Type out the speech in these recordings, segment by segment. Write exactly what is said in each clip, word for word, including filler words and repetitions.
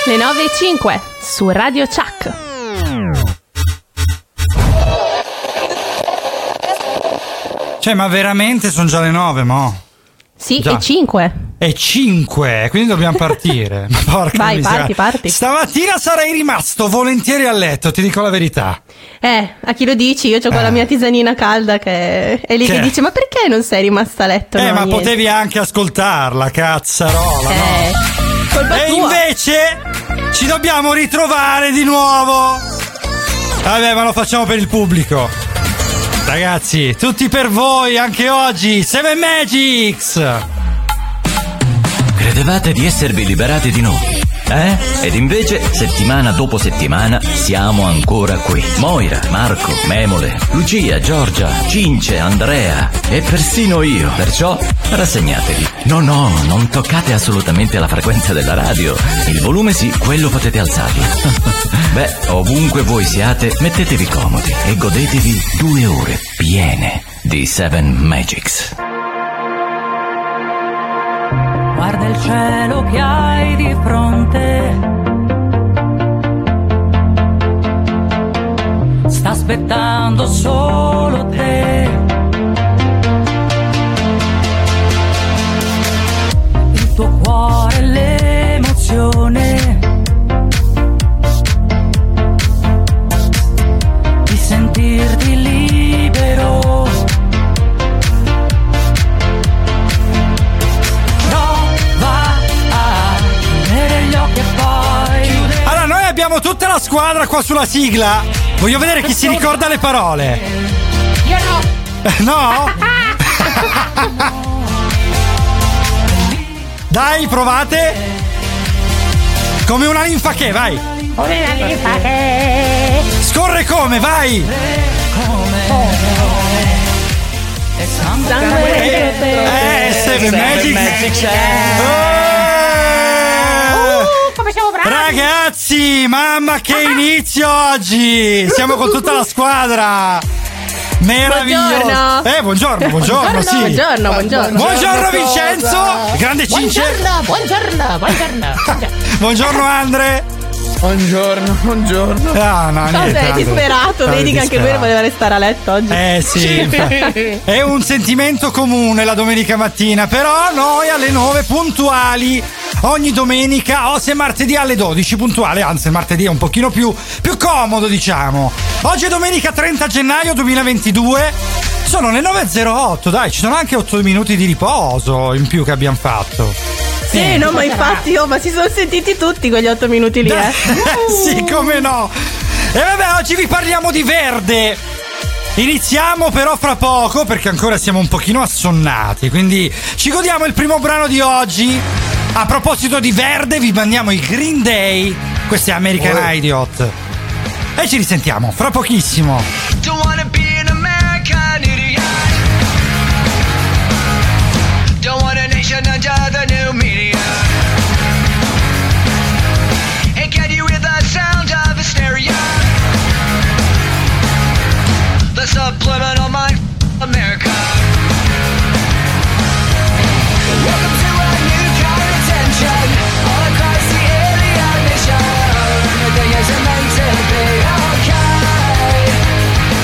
Le nove e cinque su Radio Chuck. Cioè, ma veramente sono già le nove, mo? Sì, già. e cinque. E cinque, quindi dobbiamo partire. Ma porca Vai, miseria. parti, parti. Stamattina sarei rimasto volentieri a letto, ti dico la verità. Eh, a chi lo dici? Io ho qua Eh. la mia tisanina calda che è lì che, Che? dice: ma perché non sei rimasta a letto? Eh, No, ma niente. potevi anche ascoltarla, cazzarola, no? Eh, colpa E tua. invece ci dobbiamo ritrovare di nuovo. Vabbè, ma lo facciamo per il pubblico. Ragazzi, tutti per voi, anche oggi, Seven Magics. Credevate di esservi liberati di noi, eh? Ed invece, settimana dopo settimana, siamo ancora qui. Moira, Marco, Memole, Lucia, Giorgia, Cince, Andrea e persino io. Perciò rassegnatevi. No, no, non toccate assolutamente la frequenza della radio. Il volume sì, quello potete alzarlo. Beh, ovunque voi siate, mettetevi comodi e godetevi due ore piene di Seven Magics. Guarda il cielo che hai di fronte, sta aspettando solo te. Il tuo cuore, l'emozione di sentirti libero. Allora, noi abbiamo tutta la squadra qua sulla sigla. Voglio vedere chi si ricorda le parole. Io no. No? Dai, provate. Come una linfa che, vai. Una linfa che Scorre come, vai. Sangue Eh, Seven Magics. Uh, come siamo bravi. Ragazzi, mamma che inizio oggi. Siamo con tutta la squadra. Meraviglioso. Buongiorno. Eh, buongiorno, buongiorno, sì. Buongiorno, buongiorno. Buongiorno Vincenzo, grande Cince. Buongiorno, buongiorno, buongiorno. Buongiorno Andre. Buongiorno, buongiorno. Ah, no, No, niente, sei Andre. disperato, Sei vedi che anche lui disperato. voleva restare a letto oggi. Eh sì, infatti. È un sentimento comune la domenica mattina, però noi alle nove puntuali ogni domenica, o se martedì alle dodici puntuale, anzi il martedì è un pochino più, più comodo, diciamo. Oggi è domenica trenta gennaio duemilaventidue, sono le nove e zero otto, dai, ci sono anche otto minuti di riposo in più che abbiamo fatto. Sì, no, ma infatti, oh, ma si sono sentiti tutti quegli otto minuti lì, eh. Sì, come no. E vabbè, oggi vi parliamo di verde. Iniziamo però fra poco perché ancora siamo un pochino assonnati, quindi ci godiamo il primo brano di oggi. A proposito di verde, vi mandiamo i Green Day. Questo è American Oh. Idiot. E ci risentiamo fra pochissimo. Don't wanna be an American idiot. Don't want a nation under the new media. And can you hear the sound of hysteria? The subliminal mind, America. Welcome to a new kind of tension all across the alien nation. Everything isn't meant to be okay.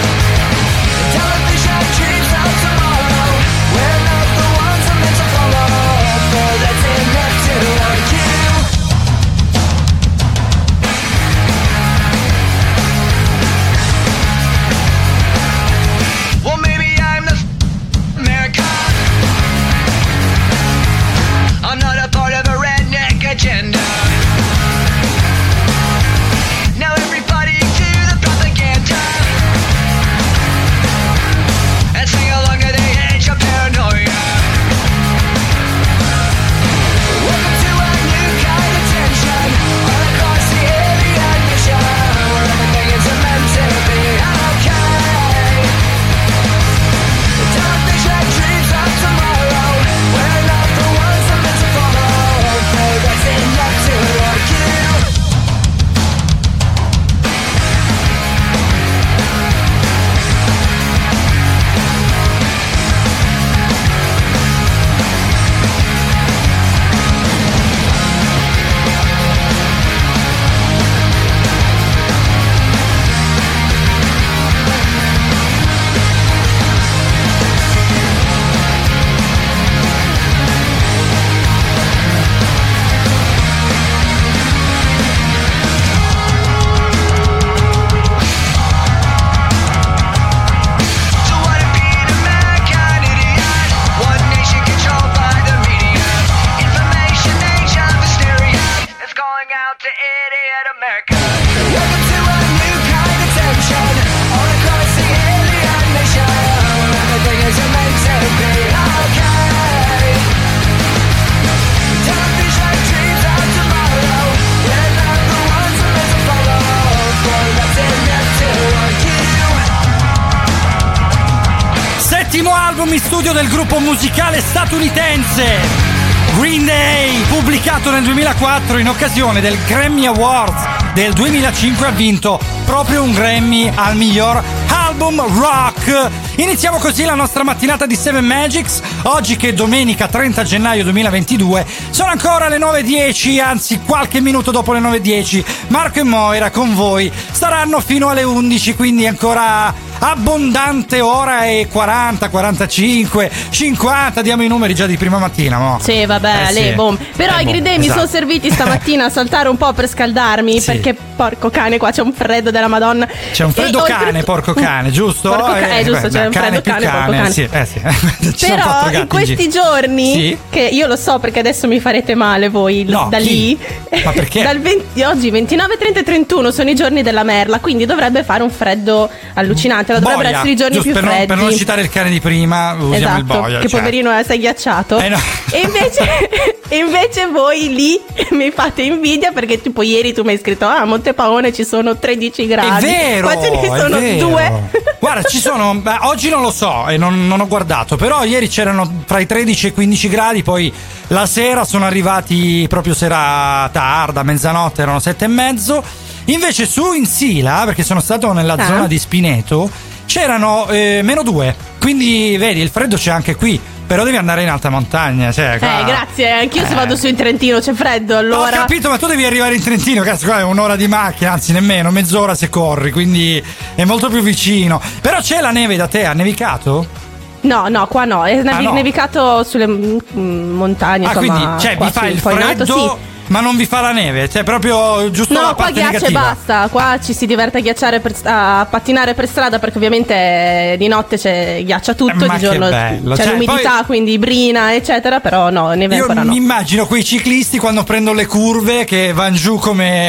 Settimo album in studio del gruppo musicale statunitense Green Day, pubblicato nel duemilaquattro in occasione del Grammy Awards del duemilacinque, ha vinto proprio un Grammy al miglior album rock. Iniziamo così la nostra mattinata di Seven Magics, oggi che è domenica trenta gennaio duemilaventidue, sono ancora le nove e dieci, anzi qualche minuto dopo le nove e dieci. Marco e Moira con voi staranno fino alle undici, quindi ancora abbondante ora e quaranta, quarantacinque, cinquanta, diamo i numeri già di prima mattina, mo. Sì, vabbè, eh, le, sì. boom. Però eh, i Green Day boh, mi esatto. sono serviti stamattina a saltare un po' per scaldarmi, Sì. perché porco cane, qua c'è un freddo della Madonna. C'è un freddo E cane, oltre- porco cane, giusto? Porco cane, eh, giusto, beh, c'è un cane freddo più cane, porco cane. Sì, eh sì. Ci sono Però quattro in gatti questi giro. giorni, Sì? che io lo so perché adesso mi farete male voi l- No, da chi? lì. Ma perché? Dal venti oggi ventinove, trenta e trentuno sono i giorni della merla, quindi dovrebbe fare un freddo allucinante, ma dovrebbero Boia, essere i giorni giusto, più per freddi. Non, per non citare il cane di prima, usiamo Esatto, il boia. che cioè. poverino è sei ghiacciato. Eh no. E invece e invece voi lì mi fate invidia, perché tipo ieri tu mi hai scritto: ah, a Montepaone ci sono tredici gradi. È vero, Qua ce ne è sono vero. due. Guarda, ci sono, beh, oggi non lo so e non, non ho guardato, però ieri c'erano fra i tredici e i quindici gradi, poi la sera sono arrivati proprio sera tarda, mezzanotte, erano sette e mezzo. Invece su in Sila, perché sono stato nella Ah. zona di Spineto, c'erano eh, meno due, quindi vedi, il freddo c'è anche qui, però devi andare in alta montagna, cioè, qua- Eh, grazie, anch'io se Eh. vado su in Trentino c'è freddo, Ho allora. capito, ma tu devi arrivare in Trentino, cazzo, qua è un'ora di macchina, anzi nemmeno, mezz'ora se corri, quindi è molto più vicino. Però c'è la neve da te, ha nevicato? No, no, qua no, è nevi- Ah, no. nevicato sulle mm, montagne, Ah, insomma. quindi cioè, qua vi fa sul- il poi in alto, freddo, sì. ma non vi fa la neve, cioè proprio giusto No, la no, qua parte ghiaccia e negativa. basta. Qua ci si diverte a ghiacciare per, a pattinare per strada, perché ovviamente di notte c'è ghiaccia tutto, Eh, ma di giorno che bello. c'è Cioè, l'umidità, poi- quindi brina, eccetera. Però no, neve Io ancora mi no. immagino quei ciclisti quando prendono le curve che vanno giù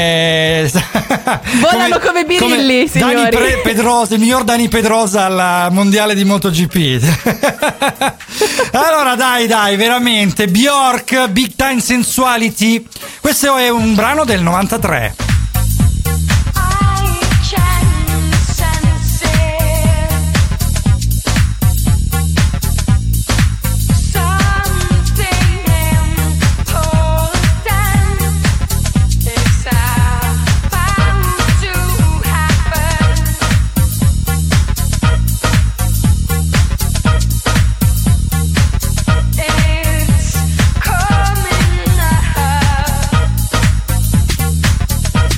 come Volano come birilli, Dani signori. Pre- Pedrosa, il miglior Dani Pedrosa al mondiale di MotoGP. Allora dai dai, veramente Bjork, Big Time Sensuality. Questo è un brano del novantatré. It's coming up.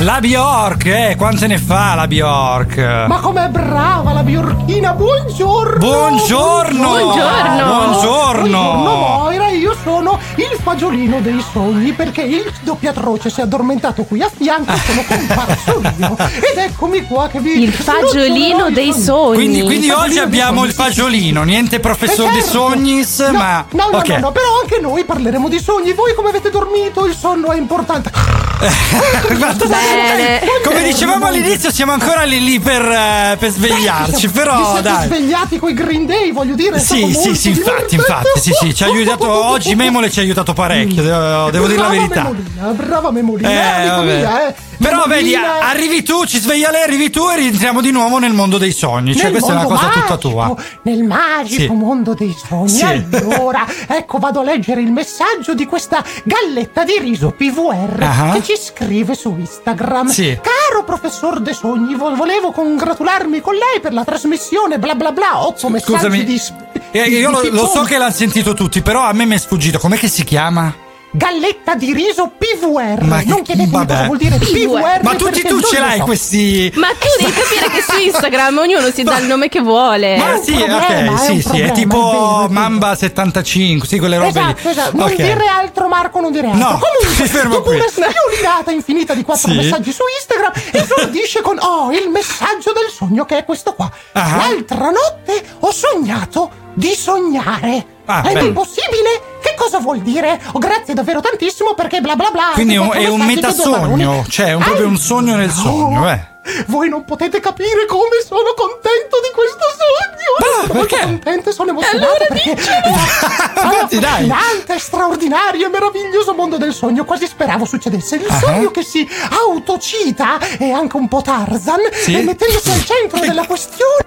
La Bjork, eh, quante ne fa la Bjork? Ma com'è brava la Bjorkina, buongiorno! Buongiorno! Buongiorno! Buongiorno! Buongiorno Moira, io sono il fagiolino dei sogni perché il doppiatroce si è addormentato qui a fianco, sono comparso io ed eccomi qua che vi... Il fagiolino dei sogni. Quindi, quindi Il oggi fagiolino abbiamo dei il sogni. fagiolino, niente professor Eh, De certo. Sognis, no, ma... No, no, ok. no, no, però anche noi parleremo di sogni. Voi come avete dormito? Il sonno è importante. Bene. Come dicevamo all'inizio, siamo ancora lì lì per, eh, per svegliarci, Vi però siete dai. svegliati coi Green Day, voglio dire. è stato Sì, sì, molto sì, infatti, divertente. infatti, sì, sì, ci ha aiutato oggi, Memole ci ha aiutato parecchio, devo, devo dire la Brava verità. Memolina, brava Memolina, Eh, eh, amico vabbè. mia, eh. Però vedi, Memolina- a- arrivi tu, ci sveglia lei, arrivi tu e rientriamo di nuovo nel mondo dei sogni. Cioè, Nel questa è una mondo cosa tutta magico, tua. Nel magico Sì. mondo dei sogni. Sì. Allora, ecco, vado a leggere il messaggio di questa galletta di riso P V R Ah. che ci scrive su Instagram. Sì. Caro professor De Sogni, vo- volevo congratularmi con lei per la trasmissione, bla bla bla. Otto messaggi Scusami, di... eh, di- io lo, di lo so pipone. che l'hanno sentito tutti, però a me mi è sfuggito. Com'è che si chiama? Galletta di riso P V R. Ma non che- chiedetemi vabbè. cosa vuol dire P V R. Ma tutti perché tu non ce lo l'hai so. questi. Ma tu devi capire che su Instagram ognuno si dà il nome che vuole. Ma- è un sì, problema, è ok, un sì, sì, problema, è è tipo vero, è vero. Mamba settantacinque, sì, quelle robe lì. Esatto, esatto. Non Ok. dire altro, Marco, non dire altro. No, mi Comunque, fermo dopo qui. una spiolinata infinita di quattro Sì. messaggi su Instagram, esordisce con oh, il messaggio del sogno, che è questo qua. Ah. L'altra notte ho sognato di sognare. Ah, è beh. impossibile? Che cosa vuol dire? Oh, grazie davvero tantissimo perché bla bla bla. Quindi è un, quattro è un messaggi che metasogno, domani- cioè è un- proprio un sogno nel sogno, eh. Voi non potete capire come sono contento di questo sogno. Ma Sono molto perché? contento, sono emozionato allora perché Infatti, è dai. affascinante, straordinario e meraviglioso mondo del sogno. Quasi speravo succedesse. Il Ah. sogno che si autocita è anche un po' Tarzan, Sì. e mettendosi al centro della questione.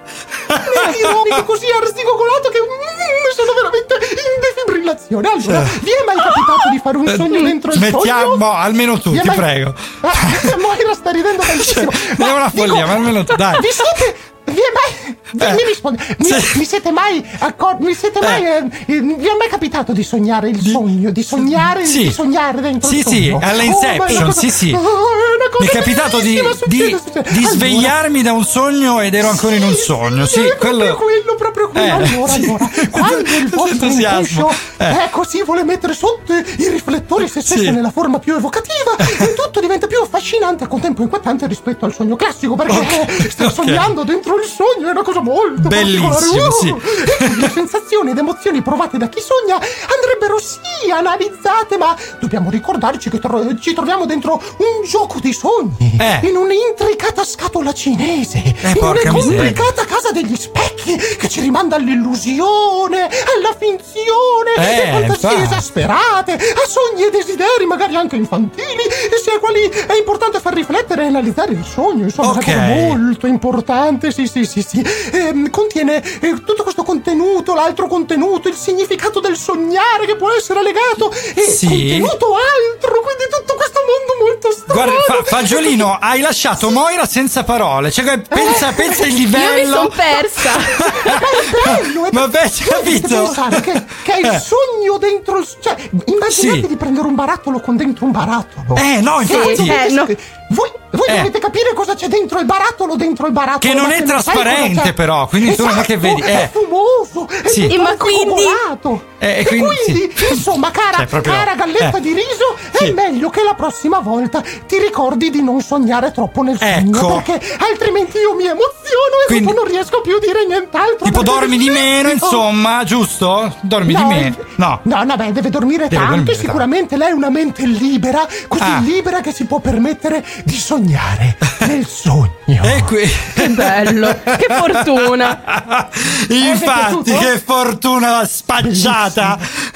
È ironico, così arzigogolato che mm, sono veramente in defibrillazione. Allora, vi è mai capitato di fare un sogno dentro il Mettiamo, sogno? boh, almeno tu, Vi è ti mai- prego. Ah, Moira sta ridendo tantissimo. È una follia, ma almeno tu, dai. Vi siete... Vi è mai... Vi, Eh, mi rispondi, mi, sì. mi siete mai accor- mi siete mai eh, eh, vi è mai capitato di sognare il sogno, di sognare Sì. di sognare dentro Sì, il sì, sogno? alla Oh, ma è una Inception, cosa- sì, sì. oh, è una cosa Mi è capitato di, bellissima, di, succede, succede. di Allora, svegliarmi da un sogno ed ero ancora in un sogno. Sì, è quello. proprio quello, proprio quello. Eh, allora, sì. allora, quando il Questo vostro entusiasmo. inconscio Eh. è così, vuole mettere sotto i riflettori se stesso Sì. nella forma più evocativa, e tutto diventa più affascinante e al contempo inquietante rispetto al sogno classico, perché Ok, stai ok. sognando dentro il sogno, è una cosa molto Bellissimo, particolare. sì. E quindi le sensazioni ed emozioni provate da chi sogna andrebbero sì analizzate, ma dobbiamo ricordarci che tro- ci troviamo dentro un gioco di sogni, Eh. in un'intricata scatola cinese, in porca una miseria. complicata casa degli specchi che ci rimanda all'illusione, alla finzione, Eh, a fantasie infatti. esasperate, a sogni e desideri magari anche infantili, e se a quali è importante far riflettere e analizzare il sogno. Insomma, Ok. è una cosa molto importante. Sì, sì, sì, sì. Ehm, contiene eh, tutto questo contenuto, l'altro contenuto, il significato del sognare che può essere legato, e Sì. contenuto altro, quindi tutto questo mondo molto strano. Guarda, fa- Fagiolino, hai lasciato Moira senza parole. Cioè, pensa, pensa il livello. Io mi son persa. Ma è bello, è Ma beh, Voi dovete capito? pensare che, che è il Eh. sogno dentro il... Cioè, immaginate Sì. di prendere un barattolo con dentro un barattolo. Eh, no, Sì, infatti. eh, no. Voi, voi Eh. dovete capire cosa c'è dentro il barattolo, dentro il barattolo. Che non ma è sai cosa trasparente, c'è. però, quindi tu non è che Esatto, vedi, è eh. fumoso, è Sì. tutto E ma quindi? articolato. Eh, e e quindi, quindi, sì. insomma, cara, Cioè, proprio- cara galletta eh. di riso, Sì. è meglio che la prossima volta ti ricordi di non sognare troppo nel sogno, Ecco. perché altrimenti io mi emoziono e Quindi- dopo non riesco più a dire nient'altro. Tipo, perché dormi di mi meno, sento- insomma, giusto? Dormi di No, meno. No. no, no, beh, deve dormire Deve tanto dormire e sicuramente lei è una mente libera, così Ah. libera che si può permettere di sognare nel sogno. E qui. Che bello, che fortuna. Infatti, piaciuto? che fortuna spacciata.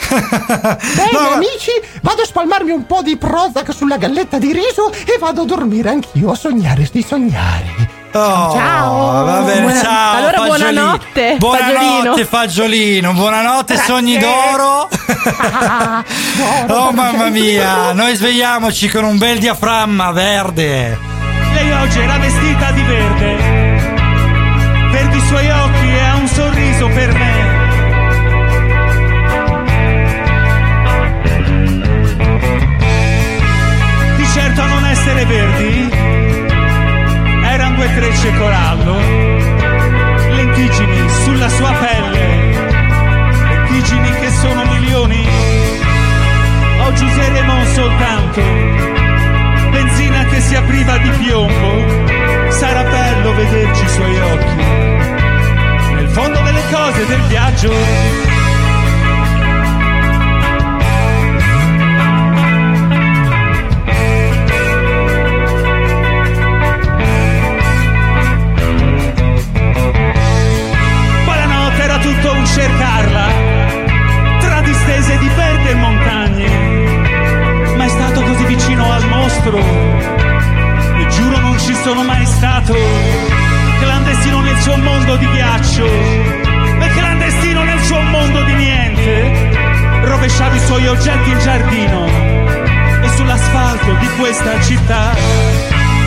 Bene, No, ma- amici, vado a spalmarmi un po' di Prozac sulla galletta di riso e vado a dormire anch'io a sognare di sognare. Oh, Ciao. va bene, Buona- ciao. allora, Fagiolino. buonanotte, Buonanotte, Fagiolino. Fagiolino. Buonanotte, sogni d'oro. Ah, no, Oh, non mamma c'è- mia. Noi svegliamoci con un bel diaframma verde. Lei oggi era vestita di verde, verdi i suoi occhi e ha un sorriso per me. Di certo a non essere verdi vertigini sulla sua pelle, vertigini che sono milioni. Oggi useremo soltanto benzina che sia priva di piombo. Sarà bello vederci i suoi occhi nel fondo delle cose del viaggio. Tutto un cercarla tra distese di verde e montagne, ma è stato così vicino al mostro e giuro non ci sono mai stato. Clandestino nel suo mondo di ghiaccio e clandestino nel suo mondo di niente, rovesciava i suoi oggetti in giardino e sull'asfalto di questa città.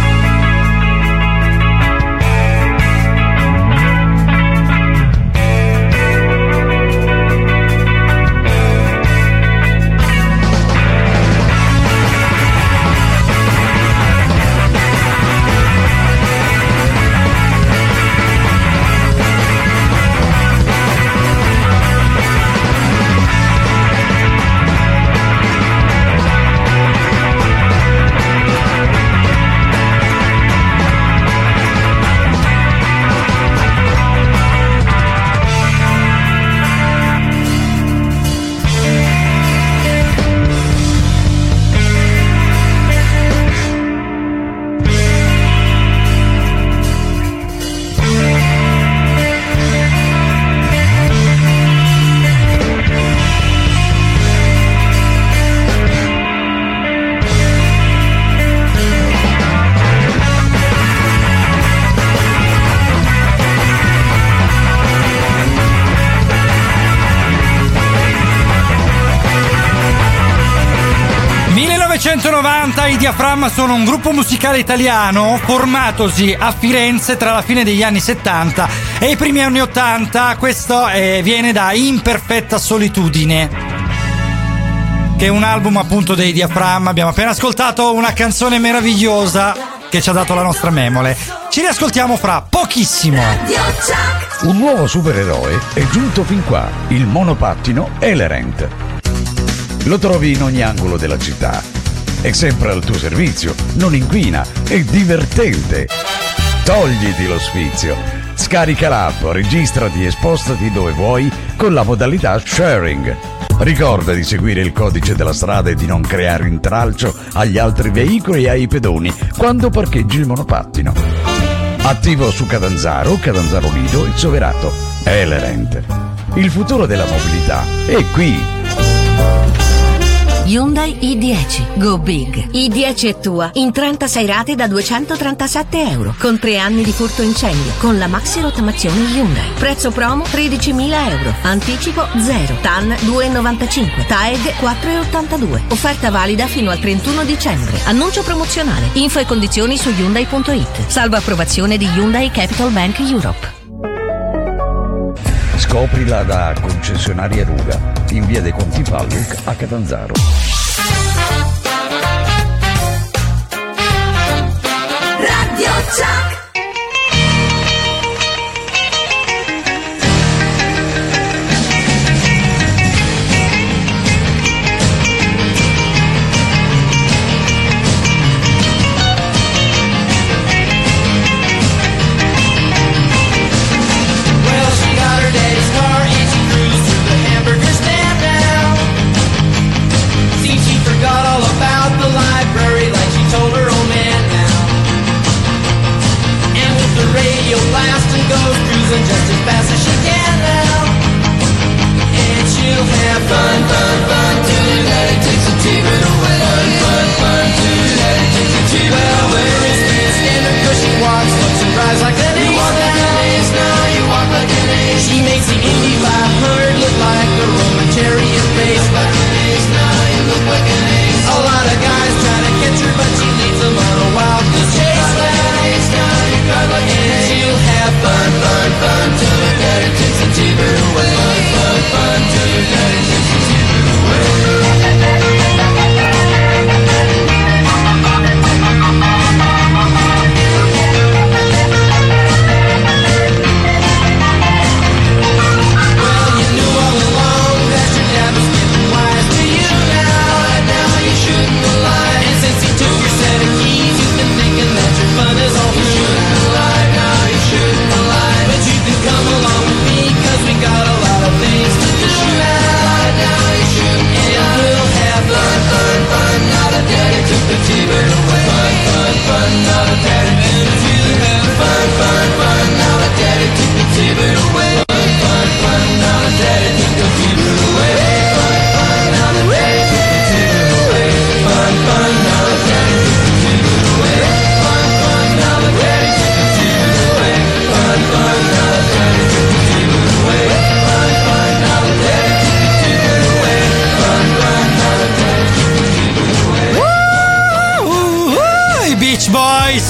millenovecentonovanta i Diaframma sono un gruppo musicale italiano formatosi a Firenze tra la fine degli anni settanta e i primi anni ottanta. Questo eh, viene da Imperfetta Solitudine, che è un album appunto dei Diaframma. Abbiamo appena ascoltato una canzone meravigliosa che ci ha dato la nostra Memole. Ci riascoltiamo fra pochissimo. Un nuovo supereroe è giunto fin qua, il monopattino Elerent. Lo trovi in ogni angolo della città. È sempre al tuo servizio, non inquina, è divertente. Togliti lo sfizio. Scarica l'app, registrati e spostati dove vuoi con la modalità sharing. Ricorda di seguire il codice della strada e di non creare intralcio agli altri veicoli e ai pedoni quando parcheggi il monopattino. Attivo su Catanzaro, Catanzaro Lido e Soverato. Elerent. Il futuro della mobilità è qui. Hyundai i dieci. Go big. i dieci è tua in trentasei rate da duecentotrentasette euro. Con tre anni di furto incendio. Con la maxi rottamazione Hyundai. Prezzo promo tredicimila euro. Anticipo zero. T A N due virgola novantacinque. T A E G quattro virgola ottantadue. Offerta valida fino al trentuno dicembre. Annuncio promozionale. Info e condizioni su Hyundai punto it. Salvo approvazione di Hyundai Capital Bank Europe. Scoprila da concessionaria Ruga in via dei Conti Palluc a Catanzaro. Radio Chuck. Forgot all about the library like she told her old man now.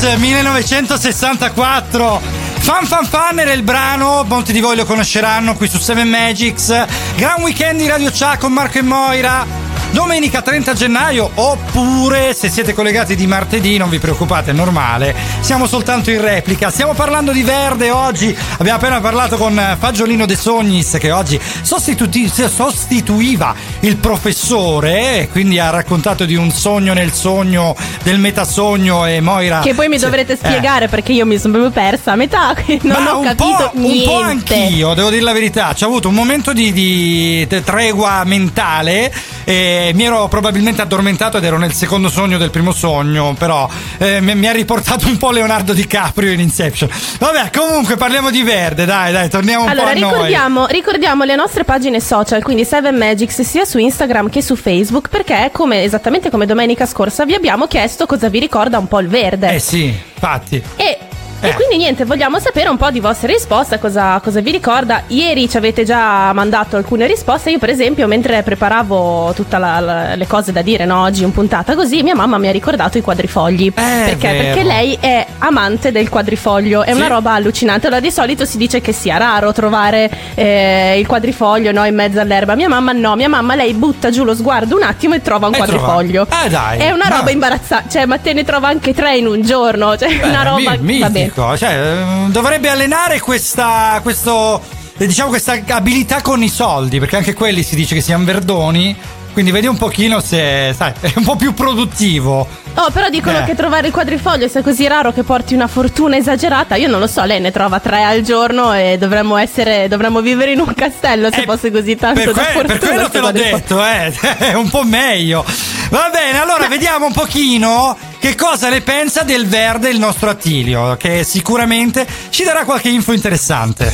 millenovecentosessantaquattro. Fan Fan Fan era il brano, molti di voi lo conosceranno qui su Seven Magics. Gran weekend di Radio Cha con Marco e Moira. Domenica trenta gennaio, oppure se siete collegati di martedì, non vi preoccupate, è normale, siamo soltanto in replica. Stiamo parlando di Verde oggi, abbiamo appena parlato con Fagiolino De Sognis, che oggi sostituti- sostituiva il professore, e quindi ha raccontato di un sogno nel sogno, del metasogno, e Moira... Che poi mi dovrete spiegare, eh. perché io mi sono proprio persa a metà, non Ma ho un capito po', niente. Un po' anch'io, devo dire la verità, c'ho avuto un momento di, di tregua mentale, e mi ero probabilmente addormentato ed ero nel secondo sogno del primo sogno, però eh, mi, mi ha riportato un po' Leonardo DiCaprio in Inception. Vabbè, comunque parliamo di Verde, dai, dai, torniamo un allora, po' a ricordiamo, noi. ricordiamo le nostre pagine social, quindi Seven Magics, sia su Instagram che su Facebook, perché come esattamente come domenica scorsa vi abbiamo chiesto cosa vi ricorda un po' il Verde. Eh sì, infatti. E Eh. E quindi niente, vogliamo sapere un po' di vostre risposte, cosa, cosa vi ricorda. Ieri ci avete già mandato alcune risposte. Io per esempio, mentre preparavo tutte le cose da dire, no, oggi in puntata così, mia mamma mi ha ricordato i quadrifogli. Eh, perché? vero. Perché lei è amante del quadrifoglio. È Sì. una roba allucinante. Allora di solito si dice che sia raro trovare eh, il quadrifoglio, no, in mezzo all'erba. Mia mamma no, mia mamma lei butta giù lo sguardo un attimo e trova un E quadrifoglio. trova- Eh, dai. È una Ma- roba imbarazzante, cioè, ma te ne trova anche tre in un giorno. Cioè, Beh, una roba mi- vabbè. mitico, cioè, eh, dovrebbe allenare questa questo eh, diciamo questa abilità con i soldi, perché anche quelli si dice che siano verdoni, quindi vedi un pochino se sai, è un po' più produttivo. Oh, però dicono Eh. che trovare il quadrifoglio sia così raro che porti una fortuna esagerata. Io non lo so, lei ne trova tre al giorno e dovremmo essere dovremmo vivere in un castello se Eh, fosse così tanto Per, da que- fortuna. per quello te sto l'ho quadrifoglio. detto, eh, è un po' meglio. Va bene, allora vediamo un pochino che cosa ne pensa del Verde il nostro Attilio, che sicuramente ci darà qualche info interessante.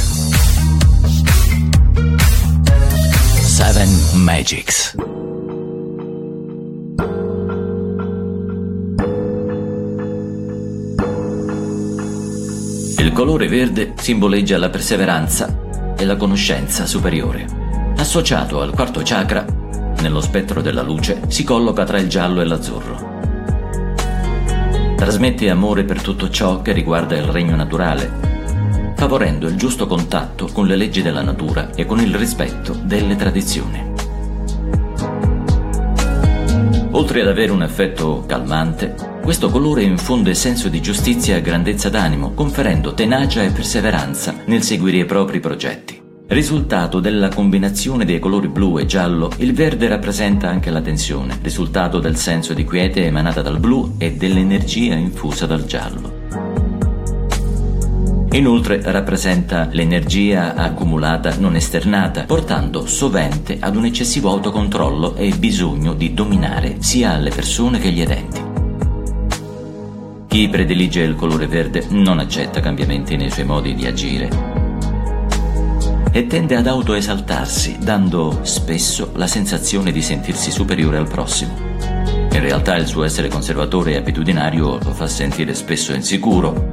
Seven Magics. Il colore verde simboleggia la perseveranza e la conoscenza superiore. Associato al quarto chakra, nello spettro della luce, si colloca tra il giallo e l'azzurro. Trasmette amore per tutto ciò che riguarda il regno naturale, favorendo il giusto contatto con le leggi della natura e con il rispetto delle tradizioni. Oltre ad avere un effetto calmante, questo colore infonde senso di giustizia e grandezza d'animo, conferendo tenacia e perseveranza nel seguire i propri progetti. Risultato della combinazione dei colori blu e giallo, il verde rappresenta anche la tensione, risultato del senso di quiete emanata dal blu e dell'energia infusa dal giallo. Inoltre rappresenta l'energia accumulata non esternata, portando sovente ad un eccessivo autocontrollo e bisogno di dominare sia le persone che gli eventi. Chi predilige il colore verde non accetta cambiamenti nei suoi modi di agire e tende ad autoesaltarsi, dando spesso la sensazione di sentirsi superiore al prossimo. In realtà il suo essere conservatore e abitudinario lo fa sentire spesso insicuro.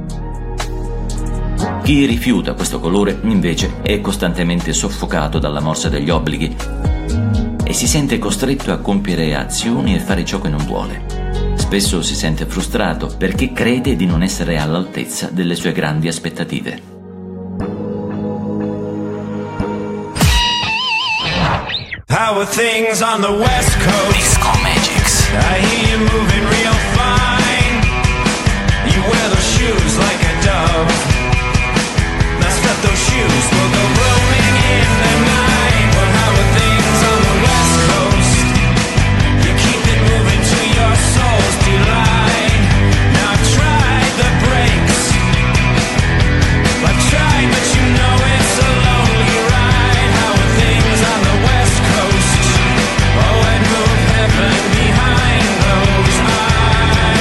Chi rifiuta questo colore, invece, è costantemente soffocato dalla morsa degli obblighi e si sente costretto a compiere azioni e fare ciò che non vuole. Spesso si sente frustrato perché crede di non essere all'altezza delle sue grandi aspettative. How are things on the West Coast? Disco Magics. I hear you moving real fine. You wear those shoes like a dove. Now step those shoes will go roaming in the night. Well, how are things on the West Coast? You keep it moving to your soul's delight. Now I've tried the brakes. I've tried, but you know it's a lonely ride. How are things on the West Coast? Oh, I'd move heaven behind those eyes.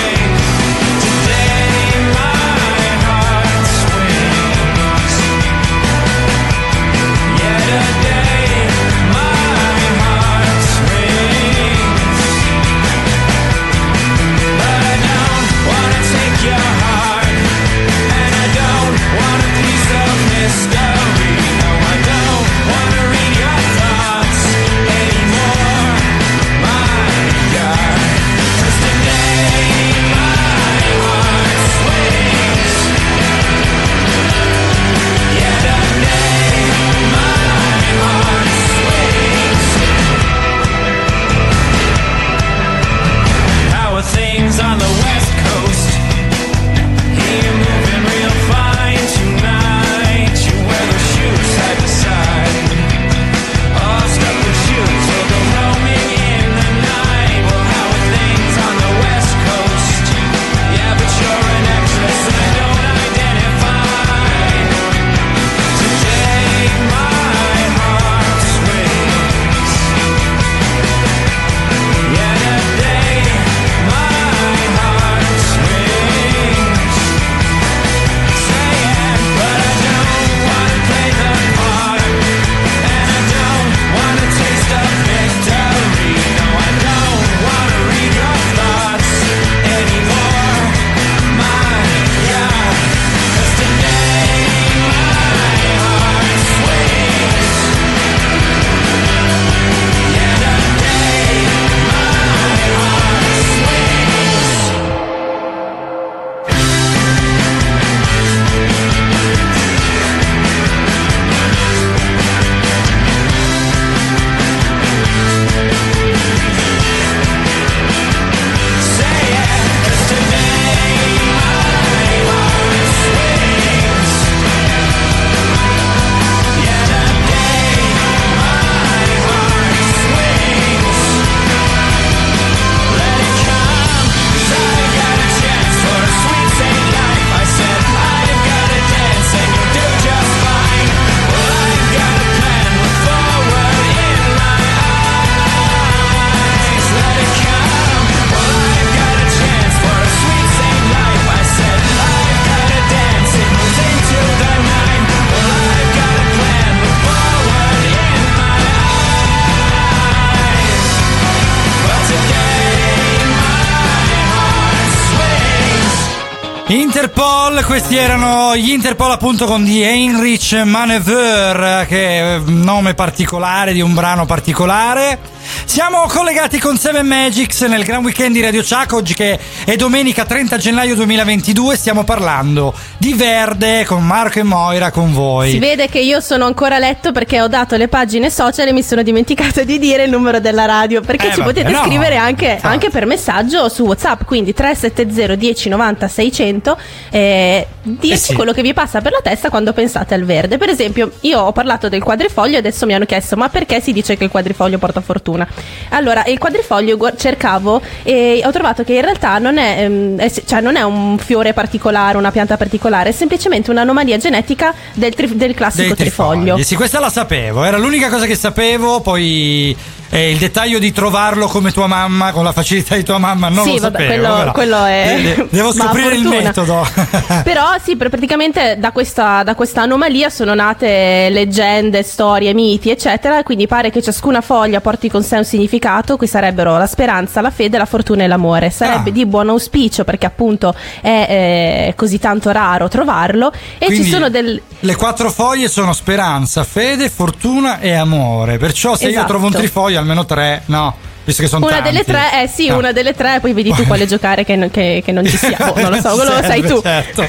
Interpol, questi erano gli Interpol appunto con The Heinrich Manöver, che è un nome particolare di un brano particolare. Siamo collegati con Seven Magics nel Gran Weekend di Radio Chuck, oggi che è domenica trenta gennaio duemilaventidue, stiamo parlando di Verde con Marco e Moira con voi. Si vede che io sono ancora a letto perché ho dato le pagine social e mi sono dimenticato di dire il numero della radio, perché eh, ci vabbè, potete no, scrivere anche, anche per messaggio su WhatsApp, quindi tre sette zero uno zero nove zero sei zero zero, eh, dirci eh sì. quello che vi passa per la testa quando pensate al verde. Per esempio, io ho parlato del quadrifoglio e adesso mi hanno chiesto ma perché si dice che il quadrifoglio porta fortuna? Allora, il quadrifoglio gu- cercavo e ho trovato che in realtà non è, ehm, è, cioè non è un fiore particolare, una pianta particolare, è semplicemente un'anomalia genetica del, tri- del classico Dei trifoglio. Sì, questa la sapevo, era l'unica cosa che sapevo, poi eh, il dettaglio di trovarlo come tua mamma, con la facilità di tua mamma, non sì, lo vabbè, sapevo. quello, però. quello è. De- devo ma scoprire il fortuna. metodo. Però sì, pr- praticamente da questa, da questa anomalia sono nate leggende, storie, miti, eccetera. E quindi pare che ciascuna foglia porti con sé un significato, cui sarebbero la speranza, la fede, la fortuna e l'amore. Sarebbe Ah. di buon auspicio perché appunto è eh, così tanto raro trovarlo. E Quindi ci sono del. le quattro foglie sono speranza, fede, fortuna e amore. Perciò se io Esatto. trovo un trifoglio, almeno tre, no, visto che sono Una tanti. delle tre, eh sì, No. una delle tre, poi vedi tu quale giocare che non, che, che non ci sia. Boh, non lo so, quello lo sai Serve, tu. certo.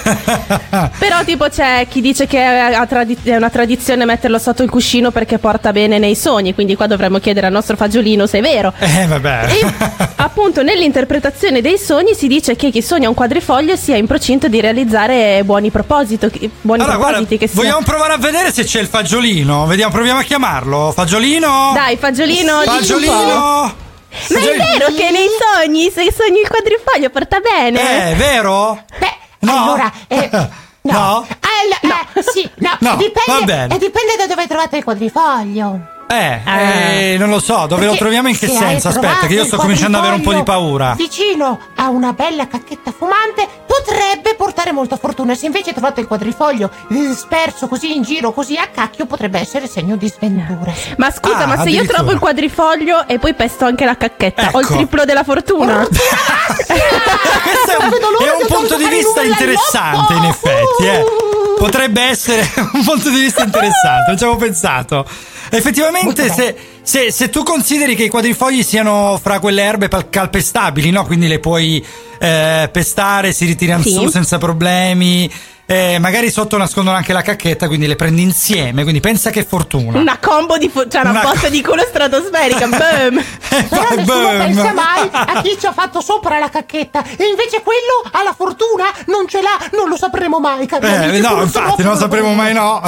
Però tipo c'è chi dice che è, a tradi- è una tradizione metterlo sotto il cuscino perché porta bene nei sogni, quindi qua dovremmo chiedere al nostro fagiolino se è vero. Eh vabbè. E appunto nell'interpretazione dei sogni si dice che chi sogna un quadrifoglio sia in procinto di realizzare buoni propositi, buoni Allora, propositi guarda, che sia. vogliamo provare a vedere se c'è il fagiolino? Vediamo, proviamo a chiamarlo. Fagiolino? Dai, fagiolino, dici un po'. Fagiolino? Ma è vero che nei sogni, se sogni il quadrifoglio porta bene? Eh, è vero? Beh, No. allora, eh, no. No? All- eh, sì, no, No, dipende, va bene. eh, dipende da dove trovate il quadrifoglio. Eh, eh, non lo so, dove lo Perché troviamo in che se senso? hai Aspetta, che io trovato sto il cominciando ad avere un po' di quadrifoglio paura. vicino a una bella cacchetta fumante potrebbe portare molta fortuna. Se invece trovate il quadrifoglio disperso così in giro, così a cacchio, potrebbe essere segno di sventura. Ma scusa, Ah, ma se io addirittura. trovo il quadrifoglio e poi pesto anche la cacchetta, ho il Ecco. triplo della fortuna? Questo è un, vedo l'ora è un di punto di andare a vista fare i numeri interessante, in all'otto. effetti, eh. Potrebbe essere un punto di vista interessante, non ci avevo pensato. Effettivamente, Molto se, se, se tu consideri che i quadrifogli siano fra quelle erbe pal- calpestabili, no? Quindi le puoi eh, pestare, si ritirano Sì. su senza problemi. Eh, magari sotto nascondono anche la cacchetta, quindi le prendi insieme. Quindi pensa che fortuna. Una combo di fu- cioè una, Una botta co- di culo stratosferica. Boom. Eh, Però vai, nessuno boom. pensa mai a chi ci ha fatto sopra la cacchetta. E invece quello ha la fortuna, non ce l'ha, non lo sapremo mai, cari Eh, amici, no, purtroppo infatti non lo sapremo mai, no.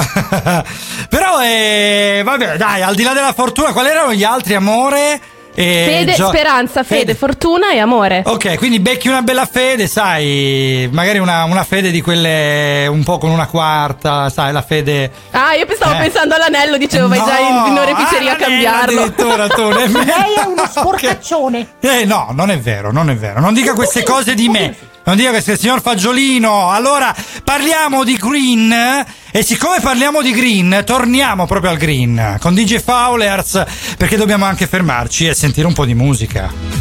Però, eh, vabbè, dai, al di là della fortuna, quali erano gli altri? Amore? E Fede, gio- speranza, fede, fortuna e amore. Ok, quindi becchi una bella fede, sai, magari una, una fede di quelle un po' con una quarta, sai, la fede... Ah, io stavo Eh. pensando all'anello, dicevo vai No, già in, in oreficeria ah, a cambiarlo. addirittura tu, nemmeno. Lei è uno sporcaccione. Eh no, non è vero, non è vero. Non dica queste cose di me. Non dica questo, signor Fagiolino. Allora, parliamo di green. E siccome parliamo di green, torniamo proprio al green con D J Fowlers, perché dobbiamo anche fermarci e sentire un po' di musica.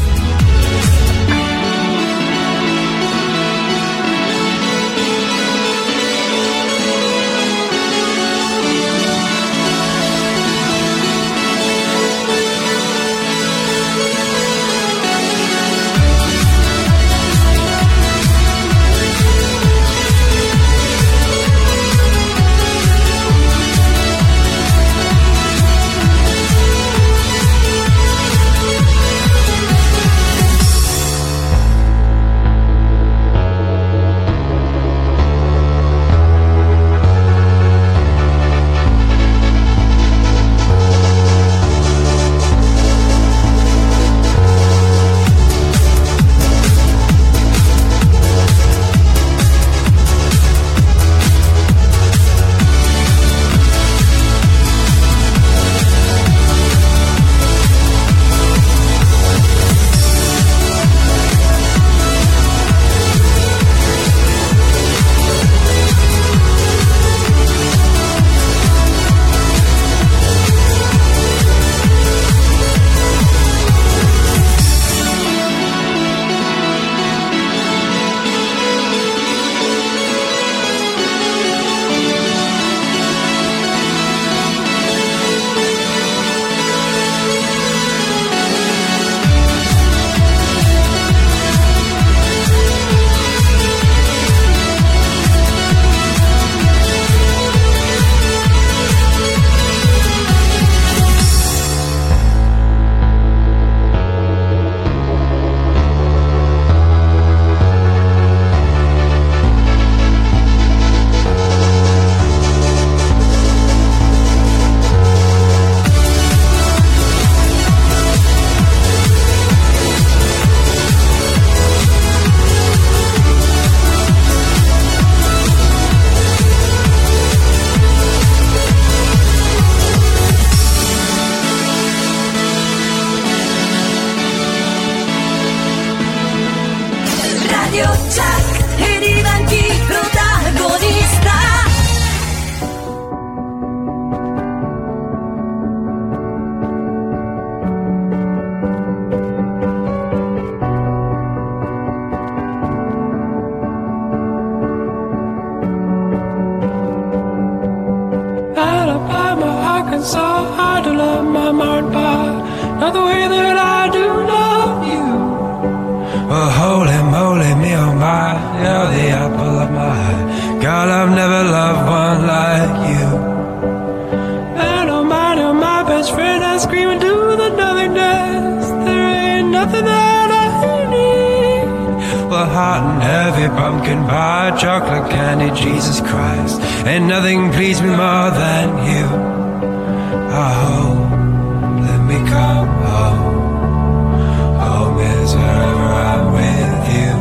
lullaby my heart can so hard to love my mind, but not the way that I do love you. Well, holy moly, me oh my, you're the apple of my eye. God, I've never loved one like you. And oh my, oh my best friend, I scream into the nothingness. There ain't nothing that I need. Well, hot and heavy pumpkin pie, chocolate candy, Jesus Christ, ain't nothing please me more than you. Oh, let me come home. Home is wherever I'm with you.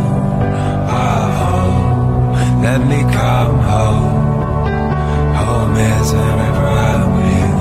Oh, let me come home. Home is wherever I'm with you.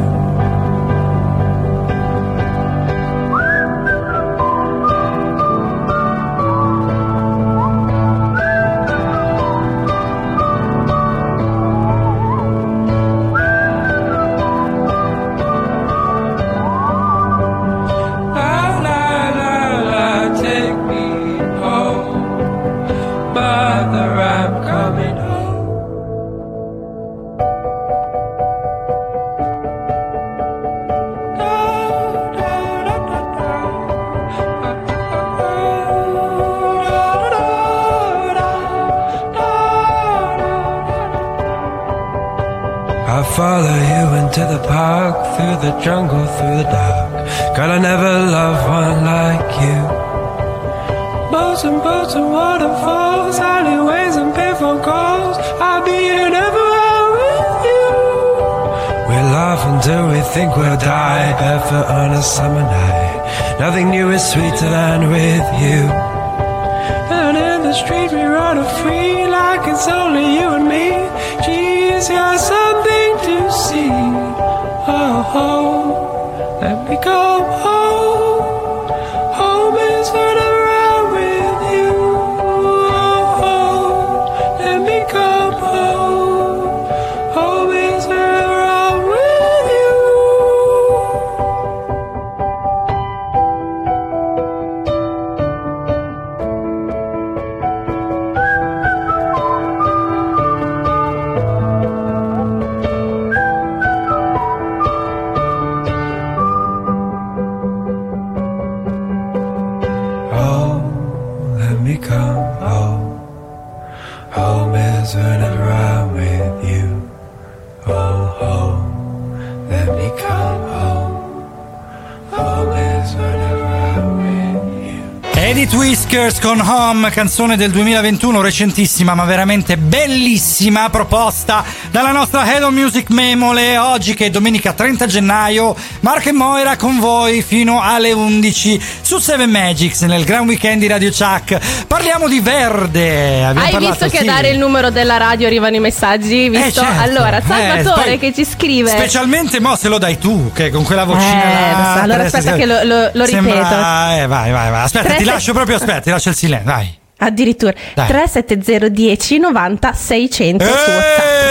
I follow you into the park, through the jungle, through the dark. God, I never loved one like you. Boats and boats and waterfalls, alleyways and payphone calls, I'll be here everywhere with you. We laugh until we think we'll die, barefoot on a summer night. Nothing new is sweeter than with you. And in the street we run free, like it's only you and me. Geez, you're something to see. Oh, oh, let me come home. Home is whenever I'm with you. Oh, oh, let me come home. Home is whenever I'm with you. Come home. Home is whenever I'm with you. Oh, home, let me come home. Home is whenever I'm with you. Edith Whiskers con Home, canzone del duemilaventuno, recentissima ma veramente bellissima, proposta dalla nostra Hello Music Memole. Oggi che è domenica trenta gennaio, Marco e Moira con voi fino alle undici su Seven Magics nel Gran Weekend di Radio Chuck. Parliamo di Verde. Abbiamo Hai parlato, visto che sì. a dare il numero della radio arrivano i messaggi? Visto? Eh, certo. Allora, Salvatore eh, che ci scrive. Specialmente mo se lo dai tu, che con quella vocina Eh, là, lo so. Allora aspetta che lo, lo, lo sembra... ripeto. Eh, vai, vai, vai. Aspetta, Tre, ti se... lascio proprio, aspetta, ti lascio il silenzio, vai. Addirittura Dai. tre sette zero dieci novanta seicento su WhatsApp.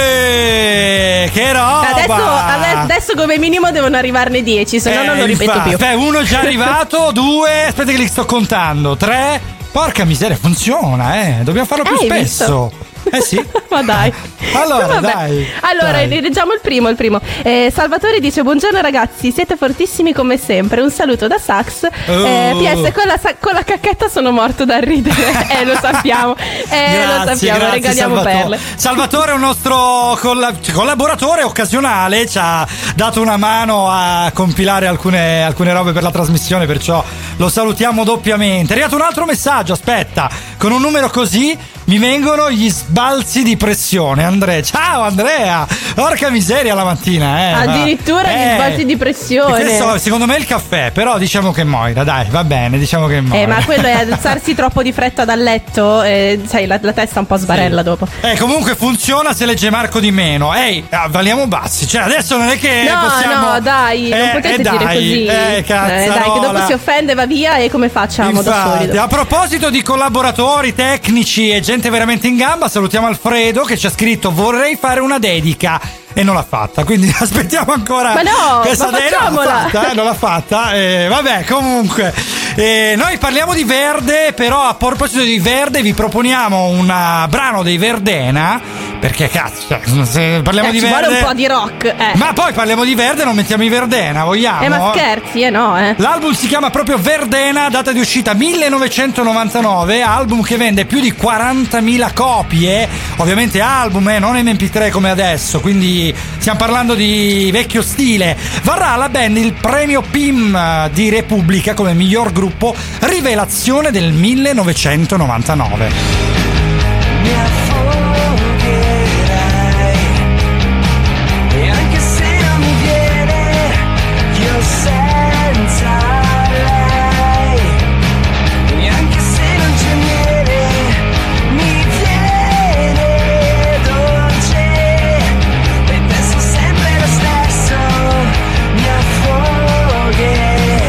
Eeeh, che roba! Adesso, adesso come minimo devono arrivarne dieci, se no Eh, non lo ripeto infatti. più. Beh, uno è già arrivato, due, aspetta che li sto contando, tre. Porca miseria, funziona, eh. Dobbiamo farlo più Hai spesso. visto? Eh sì. Ma dai. Allora, Vabbè. dai. Allora, dai. leggiamo il primo, il primo. Eh, Salvatore dice: buongiorno ragazzi, siete fortissimi come sempre. Un saluto da Sax. Oh. Eh, P S con la, sa- con la cacchetta sono morto da ridere. eh, lo sappiamo. Eh, Grazie, lo sappiamo, grazie, regaliamo Salvatore. perle. Salvatore è un nostro colla- collaboratore occasionale, ci ha dato una mano a compilare alcune, alcune robe per la trasmissione, perciò lo salutiamo doppiamente. È arrivato un altro messaggio, aspetta, con un numero così mi vengono gli sbalzi di pressione. Andrea, ciao Andrea, porca miseria la mattina, eh. Addirittura eh. gli sbalzi di pressione. Questo, secondo me è il caffè, però diciamo che è Moira, dai, va bene, diciamo che è Moira. Eh, ma quello è alzarsi troppo di fretta dal letto, eh, sai, la, la testa un po' sbarella Sì. dopo. Eh, comunque funziona se legge Marco di meno. Ehi, valiamo bassi. Cioè, adesso non è che No, possiamo. no, dai, non Eh, potete eh, dire dai, così. Eh, cazzarola. Eh, dai, che dopo si offende, va via e come facciamo da Infatti, soli? a proposito di collaboratori tecnici e gente veramente in gamba, salutiamo Alfredo che ci ha scritto: vorrei fare una dedica. E non l'ha fatta, quindi aspettiamo ancora. Ma no, questa ma dedica. Non l'ha facciamola. fatta, eh, non l'ha fatta. Eh, vabbè, comunque, eh, noi parliamo di Verde, però a proposito di Verde vi proponiamo un brano dei Verdena Perché cazzo, cioè, se parliamo Eh, di ci verde. vuole un po' di rock, eh. Ma poi parliamo di verde, non mettiamo i Verdena, vogliamo? Eh, ma scherzi, eh no, eh. L'album si chiama proprio Verdena, data di uscita millenovecentonovantanove, album che vende più di quarantamila copie, ovviamente album, eh, non emme pi tre come adesso, quindi stiamo parlando di vecchio stile. Varrà alla band il premio P I M di Repubblica come miglior gruppo rivelazione del millenovecentonovantanove. E anche se non mi viene, io senza lei. E anche se non c'è miele, mi viene dolce. E penso sempre lo stesso, mi affogherei.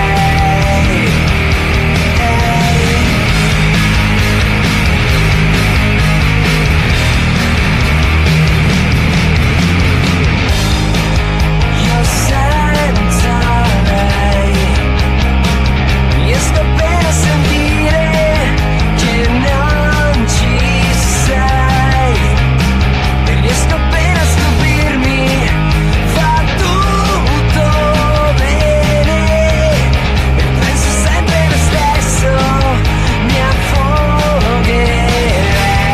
Io senza lei riesco appena a sentire che non ci sei. E riesco appena a scoprirmi, va tutto bene. E penso sempre lo stesso, mi affogherei.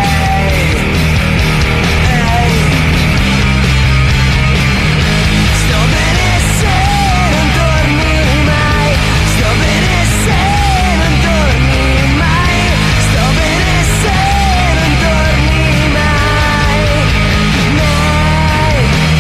Sto bene se non torni mai, sto bene se non torni mai, sto bene se non torni mai, mai.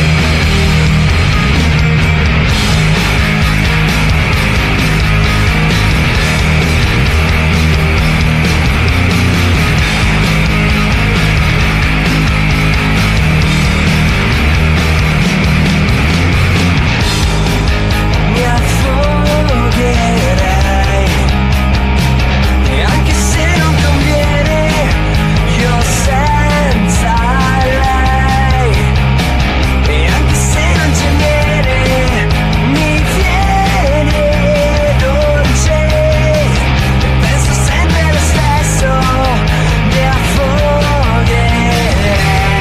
Mi affogherei. E anche se non conviene, io senza lei. E anche se non c'è miele, mi viene dolce. E penso sempre lo stesso, mi affogherei.